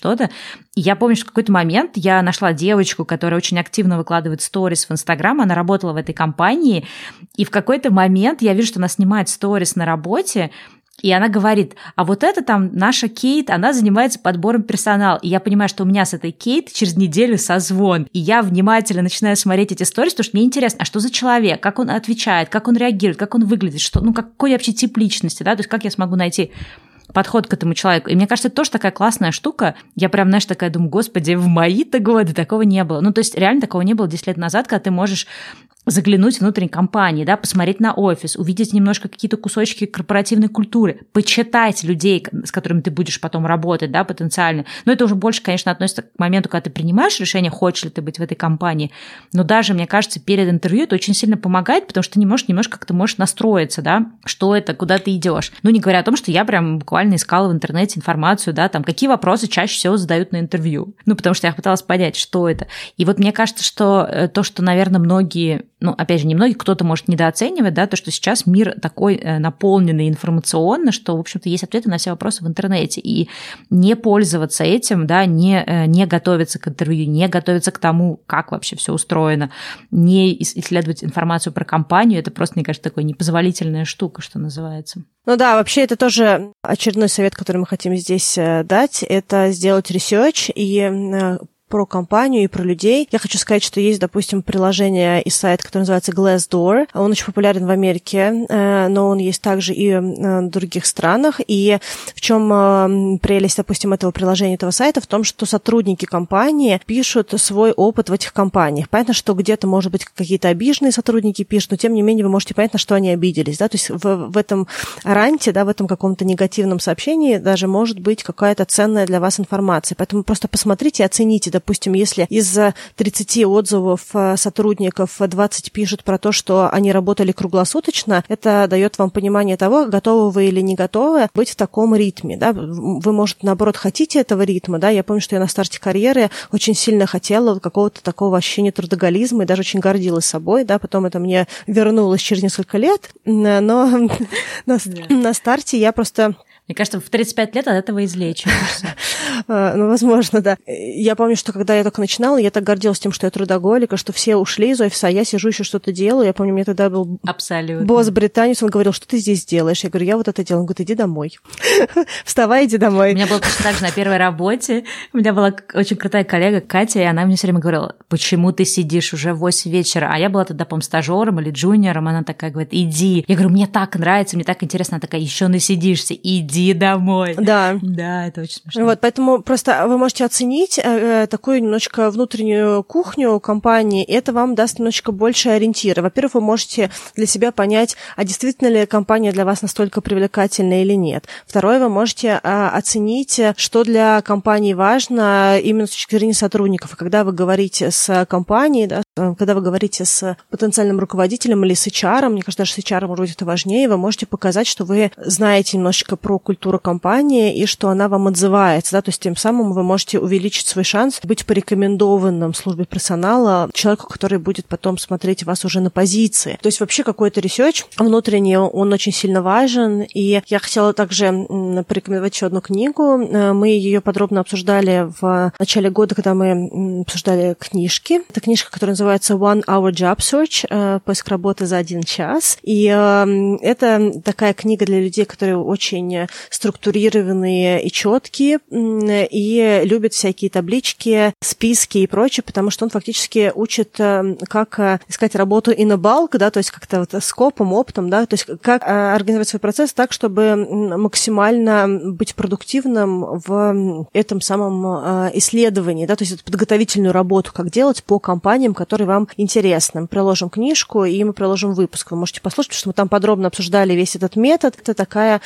И я помню, что в какой-то момент я нашла девочку, которая очень активно выкладывает сторис в Инстаграм, она работала в этой компании, и в какой-то момент я вижу, что она снимает сторис на работе, и она говорит, а вот это там наша Кейт, она занимается подбором персонала. И я понимаю, что у меня с этой Кейт через неделю созвон. И я внимательно начинаю смотреть эти сторис, потому что мне интересно, а что за человек, как он отвечает, как он реагирует, как он выглядит, что, какой вообще тип личности, да, то есть как я смогу найти подход к этому человеку. И мне кажется, это тоже такая классная штука. Я прям, знаешь, такая думаю, господи, в мои-то годы такого не было. То есть реально такого не было 10 лет назад, когда ты можешь заглянуть внутрь компании, да, посмотреть на офис, увидеть немножко какие-то кусочки корпоративной культуры, почитать людей, с которыми ты будешь потом работать, да, потенциально. Но это уже больше, конечно, относится к моменту, когда ты принимаешь решение, хочешь ли ты быть в этой компании. Но даже, мне кажется, перед интервью это очень сильно помогает, потому что ты немножко как-то можешь настроиться, да, что это, куда ты идешь. Не говоря о том, что я прям буквально искала в интернете информацию, да, там, какие вопросы чаще всего задают на интервью. Потому что я пыталась понять, что это. И вот мне кажется, что то, что, наверное, многие, опять же, не многие, кто-то может недооценивать, да, то, что сейчас мир такой наполненный информационно, что, в общем-то, есть ответы на все вопросы в интернете. И не пользоваться этим, да, не готовиться к интервью, не готовиться к тому, как вообще все устроено, не исследовать информацию про компанию, это просто, мне кажется, такая непозволительная штука, что называется. Да, вообще это тоже очередной совет, который мы хотим здесь дать, это сделать ресерч и про компанию и про людей. Я хочу сказать, что есть, допустим, приложение и сайт, который называется Glassdoor. Он очень популярен в Америке, но он есть также и в других странах. И в чем прелесть, допустим, этого приложения, этого сайта? В том, что сотрудники компании пишут свой опыт в этих компаниях. Понятно, что где-то, может быть, какие-то обиженные сотрудники пишут, но, тем не менее, вы можете понять, на что они обиделись. Да? То есть в этом ранте, да, в этом каком-то негативном сообщении даже может быть какая-то ценная для вас информация. Поэтому просто посмотрите и оцените. Допустим, если из 30 отзывов сотрудников 20 пишут про то, что они работали круглосуточно, это дает вам понимание того, готовы вы или не готовы быть в таком ритме. Да? Вы, может, наоборот, хотите этого ритма. Да? Я помню, что я на старте карьеры очень сильно хотела какого-то такого ощущения трудоголизма и даже очень гордилась собой. Да? Потом это мне вернулось через несколько лет, но на старте я просто... Мне кажется, в 35 лет от этого излечиваешься. Возможно, да. Я помню, что что когда я только начинала, я так гордилась тем, что я трудоголика, что все ушли из офиса, а я сижу еще что-то делаю. Я помню, мне тогда был босс-британец, он говорил, что ты здесь делаешь? Я говорю, я вот это делаю. Он говорит, иди домой. Вставай, иди домой. У меня было точно так же на первой работе. У меня была очень крутая коллега Катя, и она мне все время говорила, почему ты сидишь уже в 8 вечера? А я была тогда, по-моему, стажером или джуниором. Она такая говорит, иди. Я говорю, мне так нравится, мне так интересно. Она такая, еще насидишься, иди домой. Да. Да, это очень смешно. Вот, поэтому просто вы можете оценить такую немножко внутреннюю кухню компании, и это вам даст немножечко больше ориентира. Во-первых, вы можете для себя понять, а действительно ли компания для вас настолько привлекательна или нет. Второе, вы можете оценить, что для компании важно именно с точки зрения сотрудников. И когда вы говорите с компанией, да, когда вы говорите с потенциальным руководителем или с HR, мне кажется, даже с HR, может быть, это важнее, вы можете показать, что вы знаете немножечко про культуру компании и что она вам отзывается, да, то есть тем самым вы можете увеличить свой шанс быть порекомендованным службе персонала человеку, который будет потом смотреть вас уже на позиции. То есть вообще какой-то ресерч внутренний, он очень сильно важен, и я хотела также порекомендовать еще одну книгу. Мы ее подробно обсуждали в начале года, когда мы обсуждали книжки. Это книжка, которая называется One Hour Job Search, поиск работы за 1 час. И это такая книга для людей, которые очень структурированные и четкие, и любят всякие таблички, списки и прочее, потому что он фактически учит, как искать работу in a bulk, да, то есть как-то вот скопом, оптом, да, то есть как организовать свой процесс так, чтобы максимально быть продуктивным в этом самом исследовании, да, то есть эту подготовительную работу, как делать по компаниям, которые вам интересны. Мы приложим книжку, и мы приложим выпуск. Вы можете послушать, потому что мы там подробно обсуждали весь этот метод. Это такая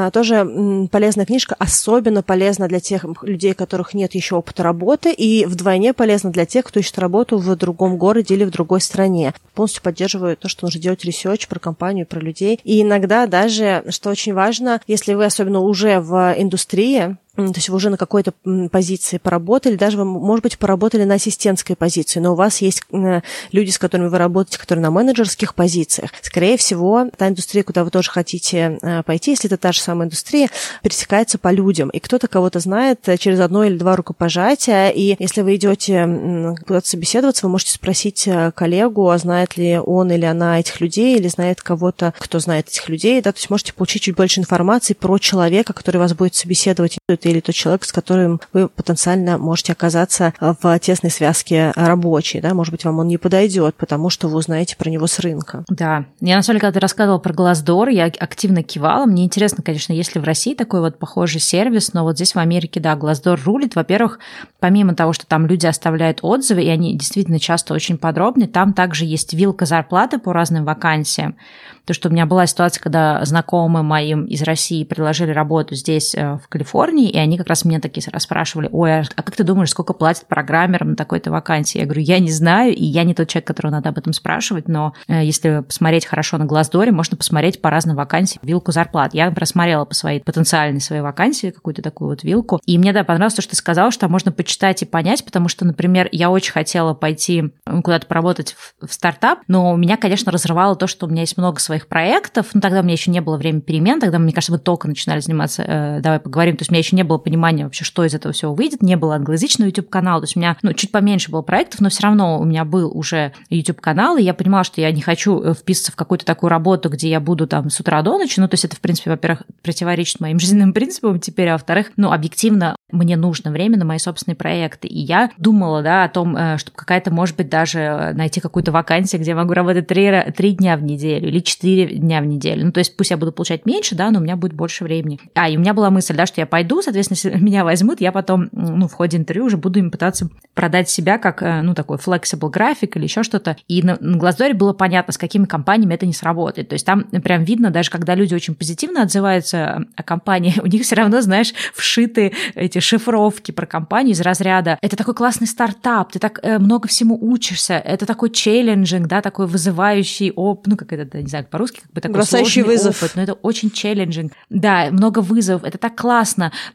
тоже полезная книжка, особенно полезна для тех людей, у которых нет еще опыта работы, и вдвойне полезна для тех, кто ищет работу в другом городе или в другой стране. Полностью поддерживаю то, что нужно делать ресерч про компанию, про людей. И иногда даже, что очень важно, если вы особенно уже в индустрии, то есть вы уже на какой-то позиции поработали, даже вы, может быть, поработали на ассистентской позиции, но у вас есть люди, с которыми вы работаете, которые на менеджерских позициях. Скорее всего, та индустрия, куда вы тоже хотите пойти, если это та же самая индустрия, пересекается по людям. И кто-то кого-то знает через 1 или 2 рукопожатия. И если вы идете куда-то собеседоваться, вы можете спросить коллегу, а знает ли он или она этих людей, или знает кого-то, кто знает этих людей. Да? То есть можете получить чуть больше информации про человека, который вас будет собеседовать, или тот человек, с которым вы потенциально можете оказаться в тесной связке рабочей, да, может быть, вам он не подойдет, потому что вы узнаете про него с рынка. Да, я на самом деле, когда ты рассказывала про Glassdoor, я активно кивала, мне интересно, конечно, есть ли в России такой вот похожий сервис, но вот здесь в Америке, да, Glassdoor рулит, во-первых, помимо того, что там люди оставляют отзывы, и они действительно часто очень подробные, там также есть вилка зарплаты по разным вакансиям. То, что у меня была ситуация, когда знакомые моим из России предложили работу здесь, в Калифорнии, и они как раз меня такие расспрашивали, ой, а как ты думаешь, сколько платят программерам на такой-то вакансии? Я говорю, я не знаю, и я не тот человек, которого надо об этом спрашивать, но если посмотреть хорошо на Glassdoor, можно посмотреть по разным вакансиям вилку зарплат. Я просмотрела по своей потенциальной своей вакансии какую-то такую вот вилку, и мне, да, понравилось то, что ты сказала, что можно почитать и понять, потому что, например, я очень хотела пойти куда-то поработать в стартап, но у меня, конечно, разрывало то, что у меня есть много своих проектов, но тогда у меня еще не было времени перемен, тогда, мне кажется, мы только начинали заниматься «Давай поговорим», то есть у меня еще не было понимания вообще, что из этого всего выйдет, не было англоязычного YouTube-канала, то есть у меня чуть поменьше было проектов, но все равно у меня был уже YouTube-канал, и я понимала, что я не хочу вписываться в какую-то такую работу, где я буду там с утра до ночи, то есть это, в принципе, во-первых, противоречит моим жизненным принципам теперь, а во-вторых, объективно мне нужно время на мои собственные проекты, и я думала, да, о том, чтобы какая-то, может быть, даже найти какую-то вакансию, где я могу работать 3 дня в неделю или 4 дня в неделю, то есть пусть я буду получать меньше, да, но у меня будет больше времени. И у меня была мысль, да, что я пойду, соответственно, если меня возьмут, я потом, в ходе интервью уже буду им пытаться продать себя как, такой flexible график или еще что-то. И на Glassdoor было понятно, с какими компаниями это не сработает. То есть там прям видно, даже когда люди очень позитивно отзываются о компании, у них все равно, знаешь, вшиты эти шифровки про компанию из разряда «это такой классный стартап, ты так много всему учишься, это такой челленджинг, да, такой вызывающий опыт», как это, не знаю, по-русски, как бы такой бросающий сложный вызов. опыт, но это очень челленджинг. Да, много вызовов, это так классно,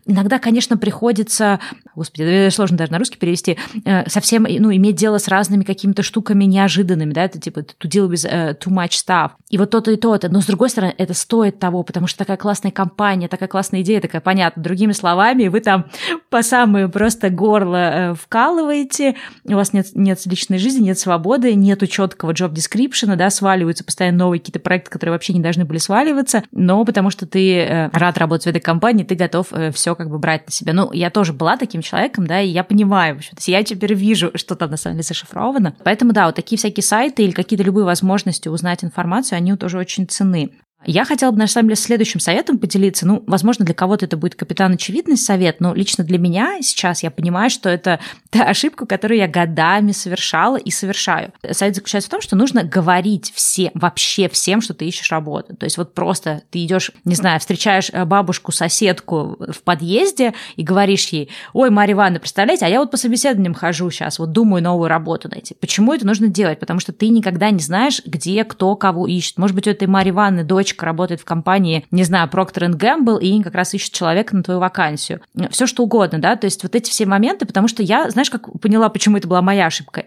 Иногда, конечно, приходится, господи, сложно даже на русский перевести, совсем, иметь дело с разными какими-то штуками неожиданными, да, это типа to deal with too much stuff. И вот то-то и то-то. Но, с другой стороны, это стоит того, потому что такая классная компания, такая классная идея, такая понятна. Другими словами, вы там по самое просто горло вкалываете, у вас нет личной жизни, нет свободы, нету четкого job description, да, сваливаются постоянно новые какие-то проекты, которые вообще не должны были сваливаться, но потому что ты рад работать в этой компании, ты готов все как бы брать на себя. Я тоже была таким человеком, да, и я понимаю, в общем-то, я теперь вижу, что там на самом деле зашифровано. Поэтому, да, вот такие всякие сайты или какие-то любые возможности узнать информацию, они тоже очень ценны. Я хотела бы, на самом деле, следующим советом поделиться. Возможно, для кого-то это будет капитан очевидный совет, но лично для меня сейчас я понимаю, что это та ошибка, которую я годами совершала и совершаю. Совет заключается в том, что нужно говорить вообще всем, что ты ищешь работу. То есть вот просто ты идешь, не знаю, встречаешь бабушку, соседку в подъезде и говоришь ей: ой, Марья Ивановна, представляете, а я вот по собеседованиям хожу сейчас, вот думаю новую работу найти. Почему это нужно делать? Потому что ты никогда не знаешь, где, кто, кого ищет. Может быть, у этой Марьи Ивановны дочка работает в компании, не знаю, Procter & Gamble, и как раз ищет человека на твою вакансию. Все что угодно, да, то есть вот эти все моменты, потому что я, знаешь, как поняла, почему это была моя ошибка.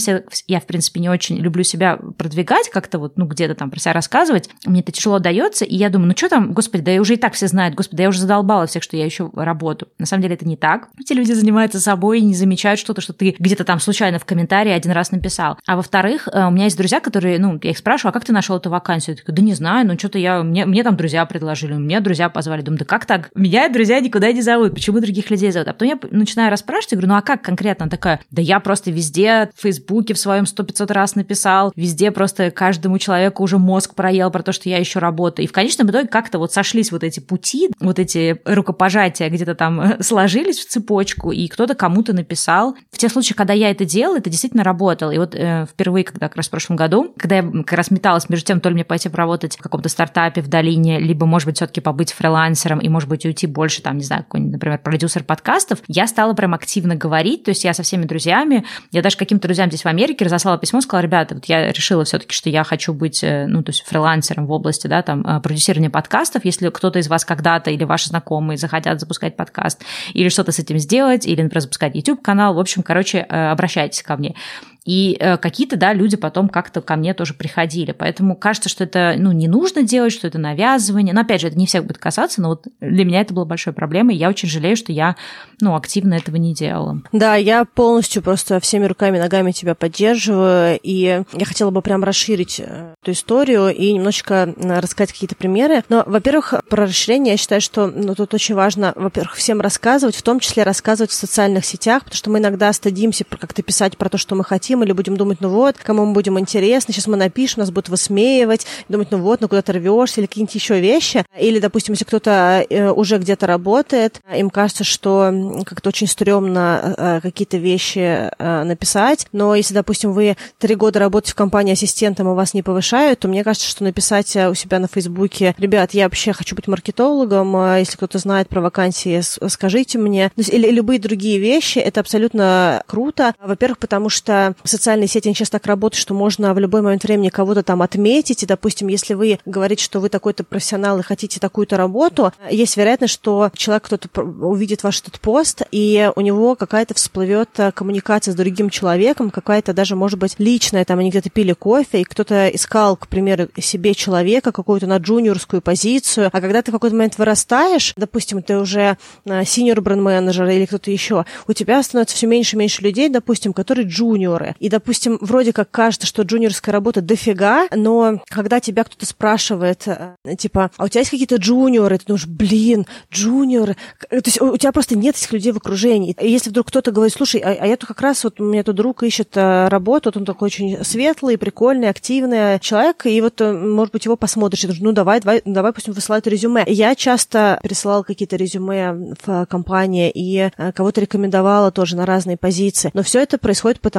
Я, в принципе, не очень люблю себя продвигать, как-то вот, где-то там про себя рассказывать. Мне это тяжело дается, и я думаю, что там, господи, да уже и так все знают, господи, да я уже задолбала всех, что я ищу работу. На самом деле это не так. Эти люди занимаются собой и не замечают что-то, что ты где-то там случайно в комментарии один раз написал. А во-вторых, у меня есть друзья, которые, я их спрашиваю, а как ты нашел эту вакансию? Я такая: да не знаю, что-то мне там друзья предложили, меня друзья позвали. Думаю, да как так? Меня друзья никуда не зовут, почему других людей зовут? А потом я начинаю расспрашивать, говорю, а как конкретно? Она такая: да я просто везде в Фейсбуке в своем 100-500 раз написал, везде просто каждому человеку уже мозг проел про то, что я ищу работу. И в конечном итоге как-то вот сошлись вот эти пути, вот эти рукопожатия где-то там сложились в цепочку, и кто-то кому-то написал. В тех случаях, когда я это делала, это действительно работало. И вот впервые, когда как раз в прошлом году, когда я как раз металась между тем, то ли мне пойти поработать в каком-то стартапе в долине, либо, может быть, все-таки побыть фрилансером и, может быть, уйти больше, там, не знаю, какой-нибудь, например, продюсер подкастов, я стала прям активно говорить, то есть я со всеми друзьями, я даже каким-то друзьям здесь в Америке разослала письмо, сказала: ребята, вот я решила все-таки, что я хочу быть, то есть фрилансером в области, да, там, продюсирования подкастов, если кто-то из вас когда-то или ваши знакомые захотят запускать подкаст, или что-то с этим сделать, или, например, запускать YouTube-канал, в общем, обращайтесь ко мне. И какие-то, да, люди потом как-то ко мне тоже приходили. Поэтому кажется, что это, не нужно делать, что это навязывание. Но, опять же, это не всех будет касаться, но вот для меня это была большой проблемой, и я очень жалею, что я, активно этого не делала. Да, я полностью просто всеми руками и ногами тебя поддерживаю, и я хотела бы прям расширить эту историю и немножечко рассказать какие-то примеры. Но, во-первых, про расширение я считаю, что тут очень важно, во-первых, всем рассказывать, в том числе рассказывать в социальных сетях, потому что мы иногда стыдимся как-то писать про то, что мы хотим, или будем думать, кому мы будем интересны, сейчас мы напишем, нас будут высмеивать, думать, куда ты рвешься, или какие-нибудь еще вещи. Или, допустим, если кто-то уже где-то работает, им кажется, что как-то очень стрёмно какие-то вещи написать, но если, допустим, вы 3 года работаете в компании ассистентом, и вас не повышают, то мне кажется, что написать у себя на Фейсбуке: ребят, я вообще хочу быть маркетологом, если кто-то знает про вакансии, скажите мне. Или любые другие вещи, это абсолютно круто. Во-первых, потому что социальные сети, они сейчас так работают, что можно в любой момент времени кого-то там отметить, и, допустим, если вы говорите, что вы такой-то профессионал и хотите такую-то работу, есть вероятность, что человек, кто-то увидит ваш этот пост, и у него какая-то всплывет коммуникация с другим человеком, какая-то даже, может быть, личная, там они где-то пили кофе, и кто-то искал, к примеру, себе человека, какую-то на джуниорскую позицию, а когда ты в какой-то момент вырастаешь, допустим, ты уже senior бренд-менеджер или кто-то еще, у тебя становится все меньше и меньше людей, допустим, которые джуниоры. И, допустим, вроде как кажется, что джуниорская работа дофига, но когда тебя кто-то спрашивает, типа, а у тебя есть какие-то джуниоры? Ты думаешь, джуниоры. То есть у тебя просто нет этих людей в окружении. И если вдруг кто-то говорит: слушай, а я тут как раз, вот у меня тут друг ищет работу, вот он такой очень светлый, прикольный, активный человек, и вот, может быть, его посмотришь. И думаешь, давай, пусть он высылает резюме. Я часто присылала какие-то резюме в компании и кого-то рекомендовала тоже на разные позиции. Но все это происходит потому, что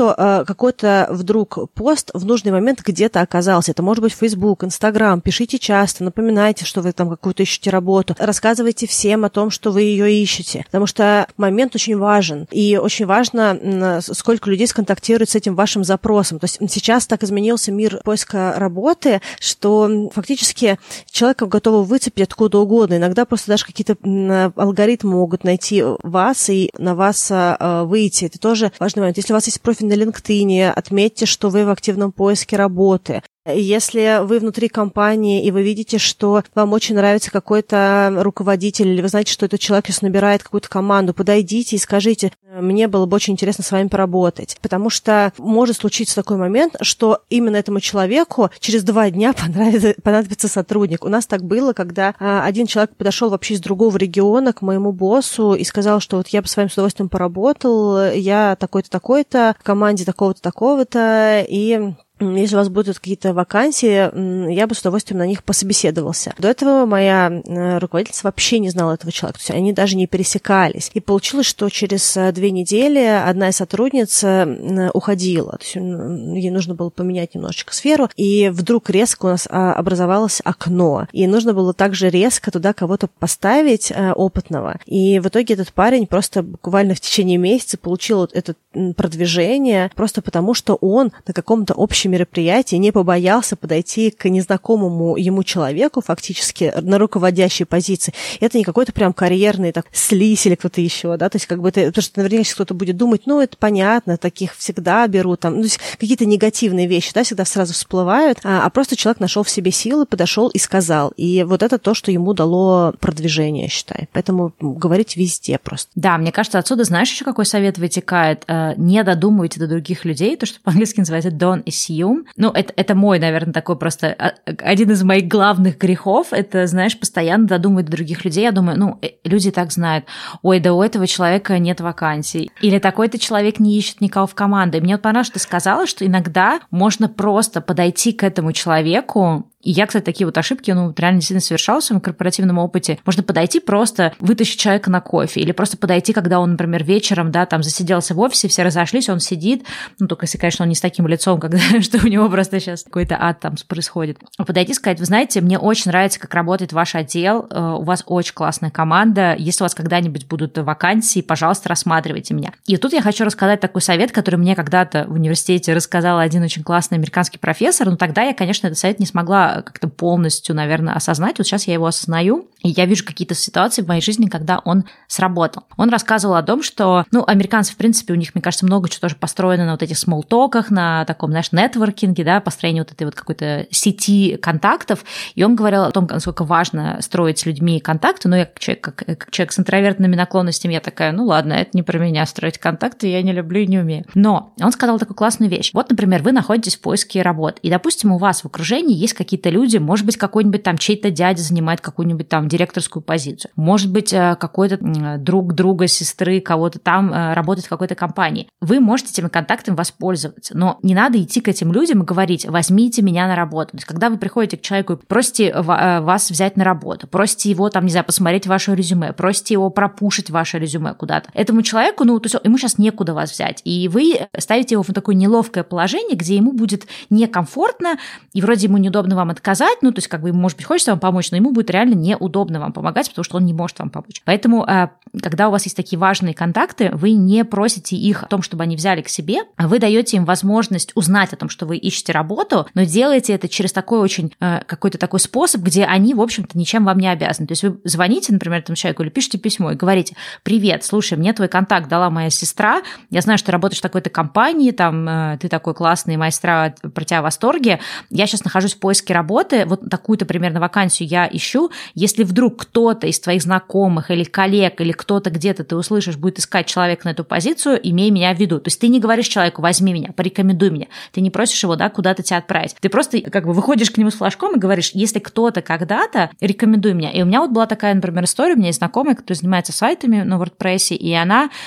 что какой-то вдруг пост в нужный момент где-то оказался. Это может быть Facebook, Instagram. Пишите часто, напоминайте, что вы там какую-то ищете работу. Рассказывайте всем о том, что вы ее ищете. Потому что момент очень важен. И очень важно, сколько людей сконтактирует с этим вашим запросом. То есть сейчас так изменился мир поиска работы, что фактически человека готовы выцепить откуда угодно. Иногда просто даже какие-то алгоритмы могут найти вас и на вас выйти. Это тоже важный момент. Если у вас есть профиль на LinkedIn, отметьте, что вы в активном поиске работы. Если вы внутри компании, и вы видите, что вам очень нравится какой-то руководитель, или вы знаете, что этот человек сейчас набирает какую-то команду, подойдите и скажите: мне было бы очень интересно с вами поработать. Потому что может случиться такой момент, что именно этому человеку через 2 дня понадобится сотрудник. У нас так было, когда один человек подошел вообще из другого региона к моему боссу и сказал, что вот я бы с вами с удовольствием поработал, я такой-то, такой-то, в команде такого-то, такого-то, и если у вас будут какие-то вакансии, я бы с удовольствием на них пособеседовался. До этого моя руководительница вообще не знала этого человека, то есть они даже не пересекались. И получилось, что через 2 недели одна из сотрудниц уходила, то есть ей нужно было поменять немножечко сферу, и вдруг резко у нас образовалось окно, и нужно было также резко туда кого-то поставить опытного. И в итоге этот парень просто буквально в течение месяца получил это продвижение просто потому, что он на каком-то общем мероприятии не побоялся подойти к незнакомому ему человеку фактически на руководящей позиции. Это не какой-то прям карьерный так слизь или кто-то еще, да, то есть как бы это, потому что наверняка сейчас кто-то будет думать, ну, это понятно, таких всегда берут, там, ну, то есть какие-то негативные вещи, да, всегда сразу всплывают, а просто человек нашел в себе силы, подошел и сказал. И вот это то, что ему дало продвижение, я считаю. Поэтому говорить везде просто. Да, мне кажется, отсюда, знаешь, еще какой совет вытекает? Не додумывайте до других людей, то, что по-английски называется don't assume. Ну, это мой, наверное, такой просто один из моих главных грехов, это, знаешь, постоянно додумывать до других людей. Я думаю, ну, люди так знают, ой, да у этого человека нет вакансий, или такой-то человек не ищет никого в команду. И мне вот понравилось, что ты сказала, что иногда можно просто подойти к этому человеку. И я, кстати, такие вот ошибки, реально сильно совершала в своем корпоративном опыте. Можно подойти просто, вытащить человека на кофе, или просто подойти, когда он, например, вечером, да, там засиделся в офисе, все разошлись, он сидит, ну, только если, конечно, он не с таким лицом, когда, что у него просто сейчас какой-то ад там происходит. Подойти и сказать: вы знаете, мне очень нравится, как работает ваш отдел, у вас очень классная команда, если у вас когда-нибудь будут вакансии, пожалуйста, рассматривайте меня. И тут я хочу рассказать такой совет, который мне когда-то в университете рассказал один очень классный американский профессор, но тогда я, конечно, этот совет не смогла как-то полностью, наверное, осознать. Вот сейчас я его осознаю, и я вижу какие-то ситуации в моей жизни, когда он сработал. Он рассказывал о том, что, американцы, в принципе, у них, мне кажется, много чего тоже построено на вот этих смолтоках, на таком, знаешь, нетворкинге, да, построении вот этой вот какой-то сети контактов. И он говорил о том, насколько важно строить с людьми контакты. Но я как человек с интровертными наклонностями, я такая, ну ладно, это не про меня строить контакты, я не люблю и не умею. Но он сказал такую классную вещь. Вот, например, вы находитесь в поиске работы, и, допустим, у вас в окружении есть какие-то люди, может быть, какой-нибудь там чей-то дядя занимает какую-нибудь там директорскую позицию, может быть, какой-то друг друга, сестры, кого-то там работает в какой-то компании. Вы можете этими контактами воспользоваться, но не надо идти к этим людям и говорить: возьмите меня на работу. То есть, когда вы приходите к человеку и просите вас взять на работу, просите его там, не знаю, посмотреть ваше резюме, просите его пропушить ваше резюме куда-то, этому человеку, то есть ему сейчас некуда вас взять, и вы ставите его в такое неловкое положение, где ему будет некомфортно, и вроде ему неудобно вам отказать, то есть как бы ему, может быть, хочется вам помочь, но ему будет реально неудобно вам помогать, потому что он не может вам помочь. Поэтому, когда у вас есть такие важные контакты, вы не просите их о том, чтобы они взяли к себе, а вы даете им возможность узнать о том, что вы ищете работу, но делаете это через такой очень какой-то такой способ, где они, в общем-то, ничем вам не обязаны. То есть вы звоните, например, этому человеку или пишете письмо и говорите: привет, слушай, мне твой контакт дала моя сестра, я знаю, что ты работаешь в такой-то компании, там ты такой классный, моя сестра про тебя в восторге, я сейчас нахожусь в поиске работы, вот такую-то примерно вакансию я ищу, если вдруг кто-то из твоих знакомых или коллег, или кто-то где-то ты услышишь, будет искать человека на эту позицию, имей меня в виду. То есть ты не говоришь человеку: возьми меня, порекомендуй меня, ты не просишь его, да, куда-то тебя отправить. Ты просто как бы выходишь к нему с флажком и говоришь: если кто-то когда-то, рекомендуй меня. И у меня вот была такая, например, история, у меня есть знакомая, которая занимается сайтами на WordPress, и она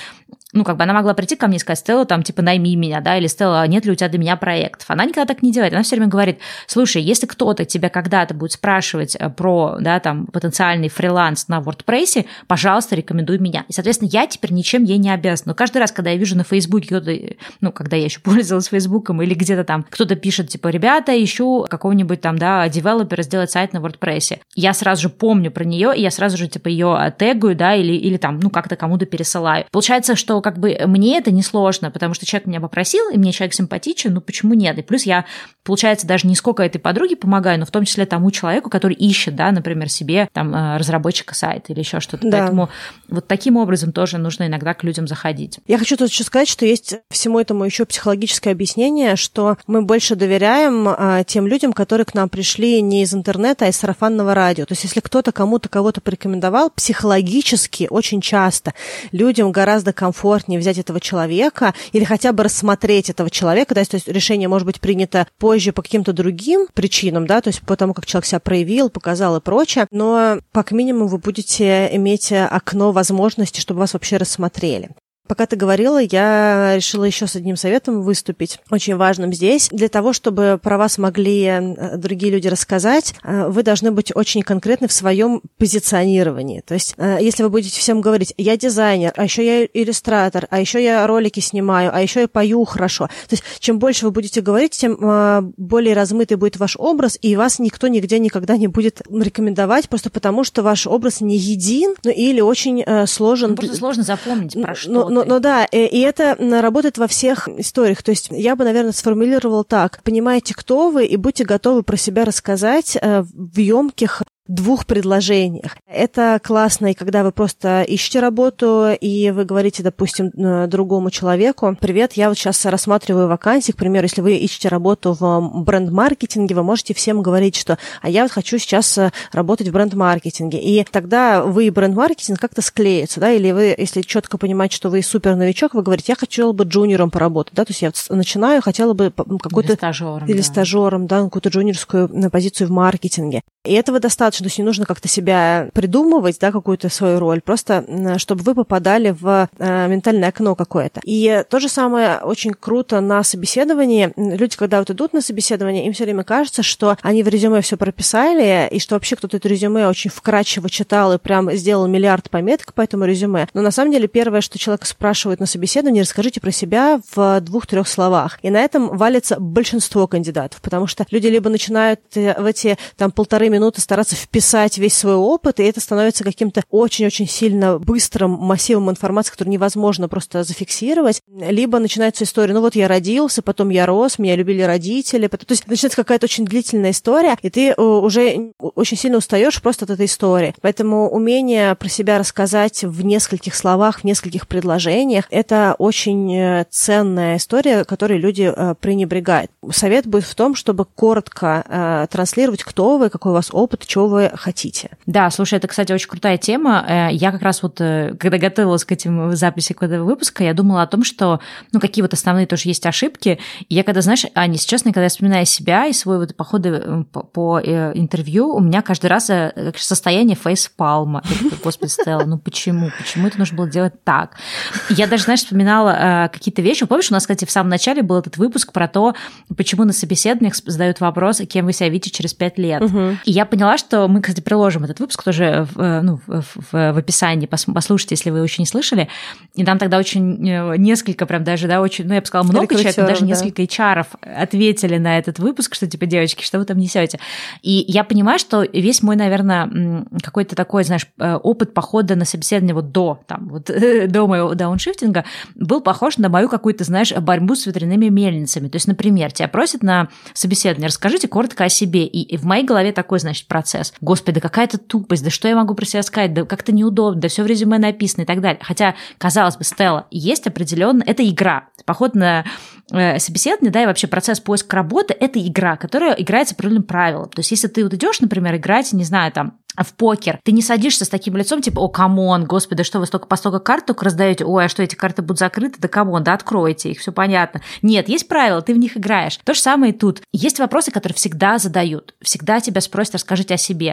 ну, как бы она могла прийти ко мне и сказать: Стелла, там, типа, найми меня, да, или Стелла, нет ли у тебя для меня проектов? Она никогда так не делает. Она все время говорит: слушай, если кто-то тебя когда-то будет спрашивать про, да, там, потенциальный фриланс на WordPress, пожалуйста, рекомендуй меня. И, соответственно, я теперь ничем ей не обязана. Но каждый раз, когда я вижу на Фейсбуке кто-то, ну, когда я еще пользовалась Фейсбуком, или где-то там кто-то пишет, типа: ребята, ищу какого-нибудь там, да, девелопера сделать сайт на WordPress, я сразу же помню про нее, и я сразу же, типа, ее тегаю, да, или там, ну, как-то кому-то пересылаю. Получается, что как бы мне это несложно, потому что человек меня попросил, и мне человек симпатичен, ну почему нет? И плюс я, получается, даже не сколько этой подруге помогаю, но в том числе тому человеку, который ищет, да, например, себе там разработчика сайта или еще что-то. Да. Поэтому вот таким образом тоже нужно иногда к людям заходить. Я хочу тут еще сказать, что есть всему этому еще психологическое объяснение, что мы больше доверяем тем людям, которые к нам пришли не из интернета, а из сарафанного радио. То есть если кто-то кому-то кого-то порекомендовал, психологически очень часто людям гораздо комфортнее взять этого человека или хотя бы рассмотреть этого человека, да, то есть решение может быть принято позже по каким-то другим причинам, да, то есть по тому, как человек себя проявил, показал и прочее, но как минимум вы будете иметь окно возможности, чтобы вас вообще рассмотрели. Пока ты говорила, я решила еще с одним советом выступить, очень важным здесь. Для того, чтобы про вас могли другие люди рассказать, вы должны быть очень конкретны в своем позиционировании. То есть, если вы будете всем говорить: я дизайнер, а еще я иллюстратор, а еще я ролики снимаю, а еще я пою хорошо. То есть, чем больше вы будете говорить, тем более размытый будет ваш образ, и вас никто нигде никогда не будет рекомендовать, просто потому что ваш образ не един, ну или очень сложен. Просто сложно запомнить, про что. Ну да, и это работает во всех историях. То есть я бы, наверное, сформулировала так: понимаете, кто вы, и будьте готовы про себя рассказать в ёмких 2 предложениях. Это классно, и когда вы просто ищете работу, и вы говорите, допустим, другому человеку: привет, я вот сейчас рассматриваю вакансии, к примеру, если вы ищете работу в бренд-маркетинге, вы можете всем говорить, что я вот хочу сейчас работать в бренд-маркетинге. И тогда вы и бренд-маркетинг как-то склеятся, да, или вы, если четко понимаете, что вы супер новичок, вы говорите: я хотела бы джуниором поработать, да, то есть я начинаю, хотела бы какой-то... Или стажером, да, какую-то джуниорскую позицию в маркетинге. И этого достаточно, то есть не нужно как-то себя придумывать, да, какую-то свою роль, просто чтобы вы попадали в ментальное окно какое-то. И то же самое очень круто на собеседовании. Люди, когда вот идут на собеседование, им все время кажется, что они в резюме все прописали, и что вообще кто-то это резюме очень вкратчиво читал и прям сделал миллиард пометок по этому резюме. Но на самом деле первое, что человека спрашивают на собеседовании: расскажите про себя в 2-3 словах. И на этом валится большинство кандидатов, потому что люди либо начинают в эти там 1,5 минуты стараться вписать весь свой опыт, и это становится каким-то очень-очень сильно быстрым массивом информации, который невозможно просто зафиксировать. Либо начинается история: ну вот я родился, потом я рос, меня любили родители. То есть начинается какая-то очень длительная история, и ты уже очень сильно устаешь просто от этой истории. Поэтому умение про себя рассказать в нескольких словах, в нескольких предложениях — это очень ценная история, которой люди пренебрегают. Совет будет в том, чтобы коротко транслировать, кто вы, какой у вас опыт, чего вы хотите. Да, слушай, это, кстати, очень крутая тема. Я как раз вот, когда готовилась к этим записи к этого выпуска, я думала о том, что, ну, какие вот основные тоже есть ошибки. И я когда, знаешь, Аня, если честно, когда я вспоминаю себя и свой вот походы по интервью, у меня каждый раз состояние фейспалма. Я такая: господи, Стелла, ну почему? Почему это нужно было делать так? Я даже, знаешь, вспоминала какие-то вещи. Помнишь, у нас, кстати, в самом начале был этот выпуск про то, почему на собеседованиях задают вопрос, кем вы себя видите через 5 лет. И я поняла, что мы, кстати, приложим этот выпуск тоже в описании, послушайте, если вы еще не слышали. И там тогда очень несколько, прям даже, да, очень, ну, я бы сказала, много человек, но даже несколько HR ответили на этот выпуск, что типа: девочки, что вы там несете? И я понимаю, что весь мой, наверное, какой-то такой, знаешь, опыт похода на собеседование вот до моего дауншифтинга был похож на мою какую-то, знаешь, борьбу с ветряными мельницами. То есть, например, тебя просят на собеседование: расскажите коротко о себе. И в моей голове такой, значит, процесс: господи, да какая-то тупость, да что я могу про себя сказать, да как-то неудобно, да все в резюме написано и так далее. Хотя, казалось бы, Стелла, есть определенно, это игра. Поход на собеседование, да, и вообще процесс поиска работы — это игра, которая играется по определенным правилам. То есть, если ты вот идешь, например, играть, не знаю, там, в покер, ты не садишься с таким лицом, типа: о, камон, господи, что вы по столько карт только раздаете? Ой, а что, эти карты будут закрыты? Да камон, да откройте их, все понятно. Нет, есть правила, ты в них играешь. То же самое и тут. Есть вопросы, которые всегда задают, всегда тебя спросят: расскажите о себе.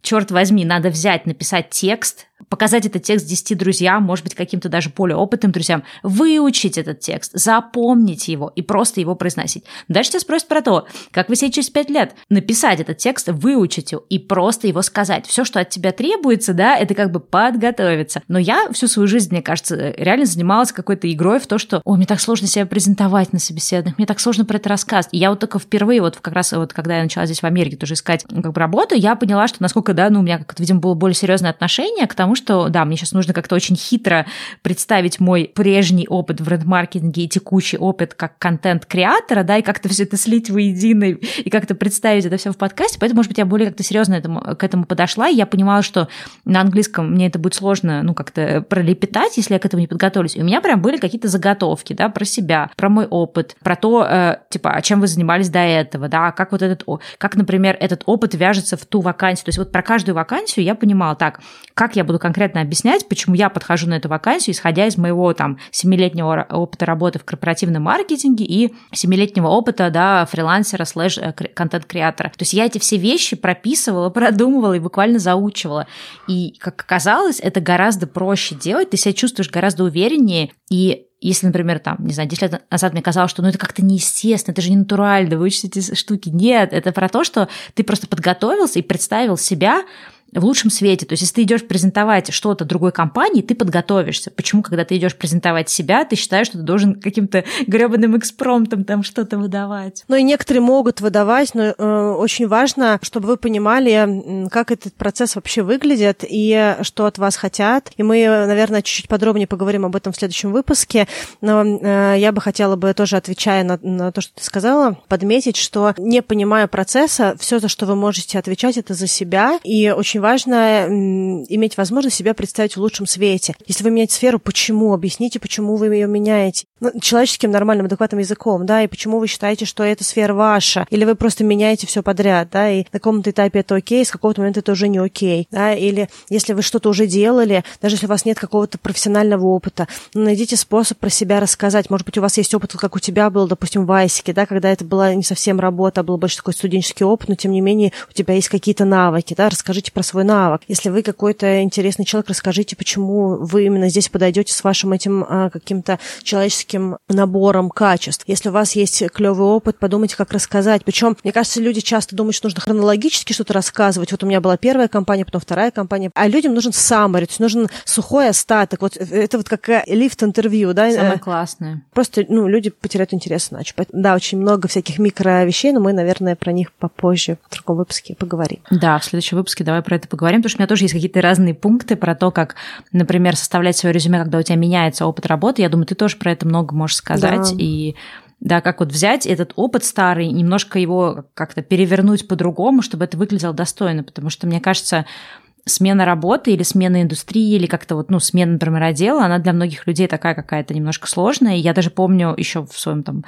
черт возьми, надо взять, написать текст, показать этот текст 10 друзьям, может быть, каким-то даже более опытным друзьям, выучить этот текст, запомнить его и просто его произносить. Дальше тебя спросят про то, как вы себе через 5 лет написать этот текст, выучить его и просто его сказать. Все, что от тебя требуется, да, это как бы подготовиться. Но я всю свою жизнь, мне кажется, реально занималась какой-то игрой в то, что, мне так сложно себя презентовать на собеседованиях, мне так сложно про это рассказывать. И я вот только впервые, вот как раз вот когда я начала здесь в Америке тоже искать как бы работу, я поняла, что насколько, да, у меня как-то, видимо, было более серьезное отношение к тому, что, да, мне сейчас нужно как-то очень хитро представить мой прежний опыт в бренд-маркетинге и текущий опыт как контент-креатора, да, и как-то все это слить воедино и как-то представить это все в подкасте. Поэтому, может быть, я более как-то серьезно к этому подошла, и я понимала, что на английском мне это будет сложно, как-то пролепетать, если я к этому не подготовлюсь. И у меня прям были какие-то заготовки, да, про себя, про мой опыт, про то, типа, чем вы занимались до этого, да, как вот как, например, этот опыт вяжется в ту вакансию. То есть вот про каждую вакансию я понимала так, как я буду конкретно объяснять, почему я подхожу на эту вакансию, исходя из моего там 7-летнего опыта работы в корпоративном маркетинге и 7-летнего опыта, да, фрилансера / контент-креатора. То есть я эти все вещи прописывала, продумывала и буквально заучивала. И, как оказалось, это гораздо проще делать, ты себя чувствуешь гораздо увереннее. И если, например, там, не знаю, 10 лет назад мне казалось, что это как-то неестественно, это же не натурально, выучить эти штуки. Нет, это про то, что ты просто подготовился и представил себя в лучшем свете. То есть, если ты идешь презентовать что-то другой компании, ты подготовишься. Почему, когда ты идешь презентовать себя, ты считаешь, что ты должен каким-то грёбаным экспромтом там что-то выдавать? Ну и некоторые могут выдавать, но очень важно, чтобы вы понимали, как этот процесс вообще выглядит и что от вас хотят. И мы, наверное, чуть-чуть подробнее поговорим об этом в следующем выпуске. Но я бы хотела бы тоже, отвечая на то, что ты сказала, подметить, что, не понимая процесса, все, за что вы можете отвечать, это за себя. И очень важно иметь возможность себя представить в лучшем свете. Если вы меняете сферу, почему? Объясните, почему вы ее меняете. Человеческим, нормальным, адекватным языком, да, и почему вы считаете, что эта сфера ваша, или вы просто меняете все подряд, да, и на каком-то этапе это окей, с какого-то момента это уже не окей, да, или если вы что-то уже делали, даже если у вас нет какого-то профессионального опыта, найдите способ про себя рассказать. Может быть, у вас есть опыт, как у тебя был, допустим, в Айсике, да, когда это была не совсем работа, а был больше такой студенческий опыт, но тем не менее у тебя есть какие-то навыки, да, расскажите про свой навык. Если вы какой-то интересный человек, расскажите, почему вы именно здесь подойдете с вашим этим каким-то человеческим набором качеств. Если у вас есть клевый опыт, подумайте, как рассказать. Причем, мне кажется, люди часто думают, что нужно хронологически что-то рассказывать. Вот у меня была первая компания, потом вторая компания. А людям нужен summary, то есть нужен сухой остаток. Вот это вот как лифт-интервью, да? Самое классное. Просто, люди потеряют интерес иначе. Да, очень много всяких микровещей, но мы, наверное, про них попозже в другом выпуске поговорим. Да, в следующем выпуске давай про это поговорим, потому что у меня тоже есть какие-то разные пункты про то, как, например, составлять свое резюме, когда у тебя меняется опыт работы. Я думаю, ты тоже про это много можешь сказать. Да. И да, как вот взять этот опыт старый, немножко его как-то перевернуть по-другому, чтобы это выглядело достойно, потому что, мне кажется, смена работы или смена индустрии, или как-то вот, смена, например, отдела, она для многих людей такая какая-то немножко сложная. И я даже помню еще в своем там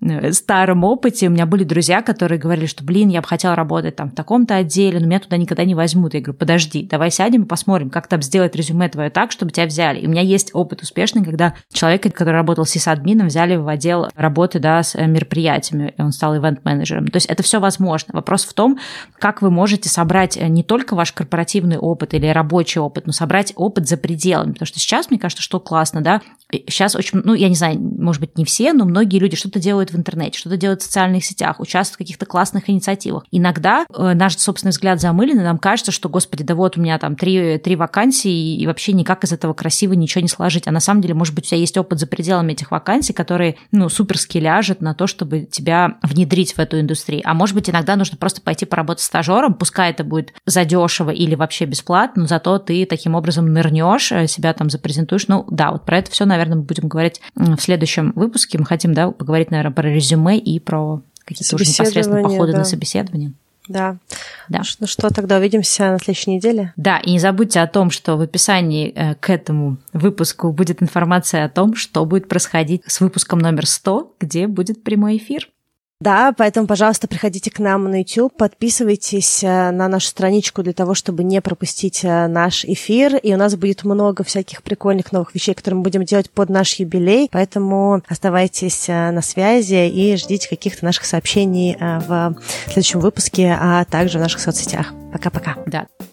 старом опыте у меня были друзья, которые говорили, что, я бы хотела работать там в таком-то отделе, но меня туда никогда не возьмут. Я говорю, подожди, давай сядем и посмотрим, как там сделать резюме твое так, чтобы тебя взяли. И у меня есть опыт успешный, когда человека, который работал сисадмином, взяли в отдел работы, да, с мероприятиями, и он стал ивент-менеджером. То есть это все возможно. Вопрос в том, как вы можете собрать не только ваш корпоративный опыт или рабочий опыт, но собрать опыт за пределами. Потому что сейчас, мне кажется, что классно, да, сейчас очень, я не знаю, может быть, не все, но многие люди что-то делают в интернете, что-то делают в социальных сетях, участвуют в каких-то классных инициативах. Иногда наш собственный взгляд замыленный, нам кажется, что, господи, да вот у меня там 3 вакансии, и вообще никак из этого красиво ничего не сложить. А на самом деле, может быть, у тебя есть опыт за пределами этих вакансий, которые, суперски ляжет на то, чтобы тебя внедрить в эту индустрию. А может быть, иногда нужно просто пойти поработать стажером, пускай это будет задешево или вообще бесплатно, но зато ты таким образом нырнешь, себя там запрезентуешь. Да, вот про это все, наверное, мы будем говорить в следующем выпуске. Мы хотим, да, поговорить, наверное, про резюме и про какие-то уже непосредственно походы на собеседование. Да. Ну что, тогда увидимся на следующей неделе. Да, и не забудьте о том, что в описании к этому выпуску будет информация о том, что будет происходить с выпуском номер 100, где будет прямой эфир. Да, поэтому, пожалуйста, приходите к нам на YouTube, подписывайтесь на нашу страничку для того, чтобы не пропустить наш эфир, и у нас будет много всяких прикольных новых вещей, которые мы будем делать под наш юбилей, поэтому оставайтесь на связи и ждите каких-то наших сообщений в следующем выпуске, а также в наших соцсетях. Пока-пока. Да.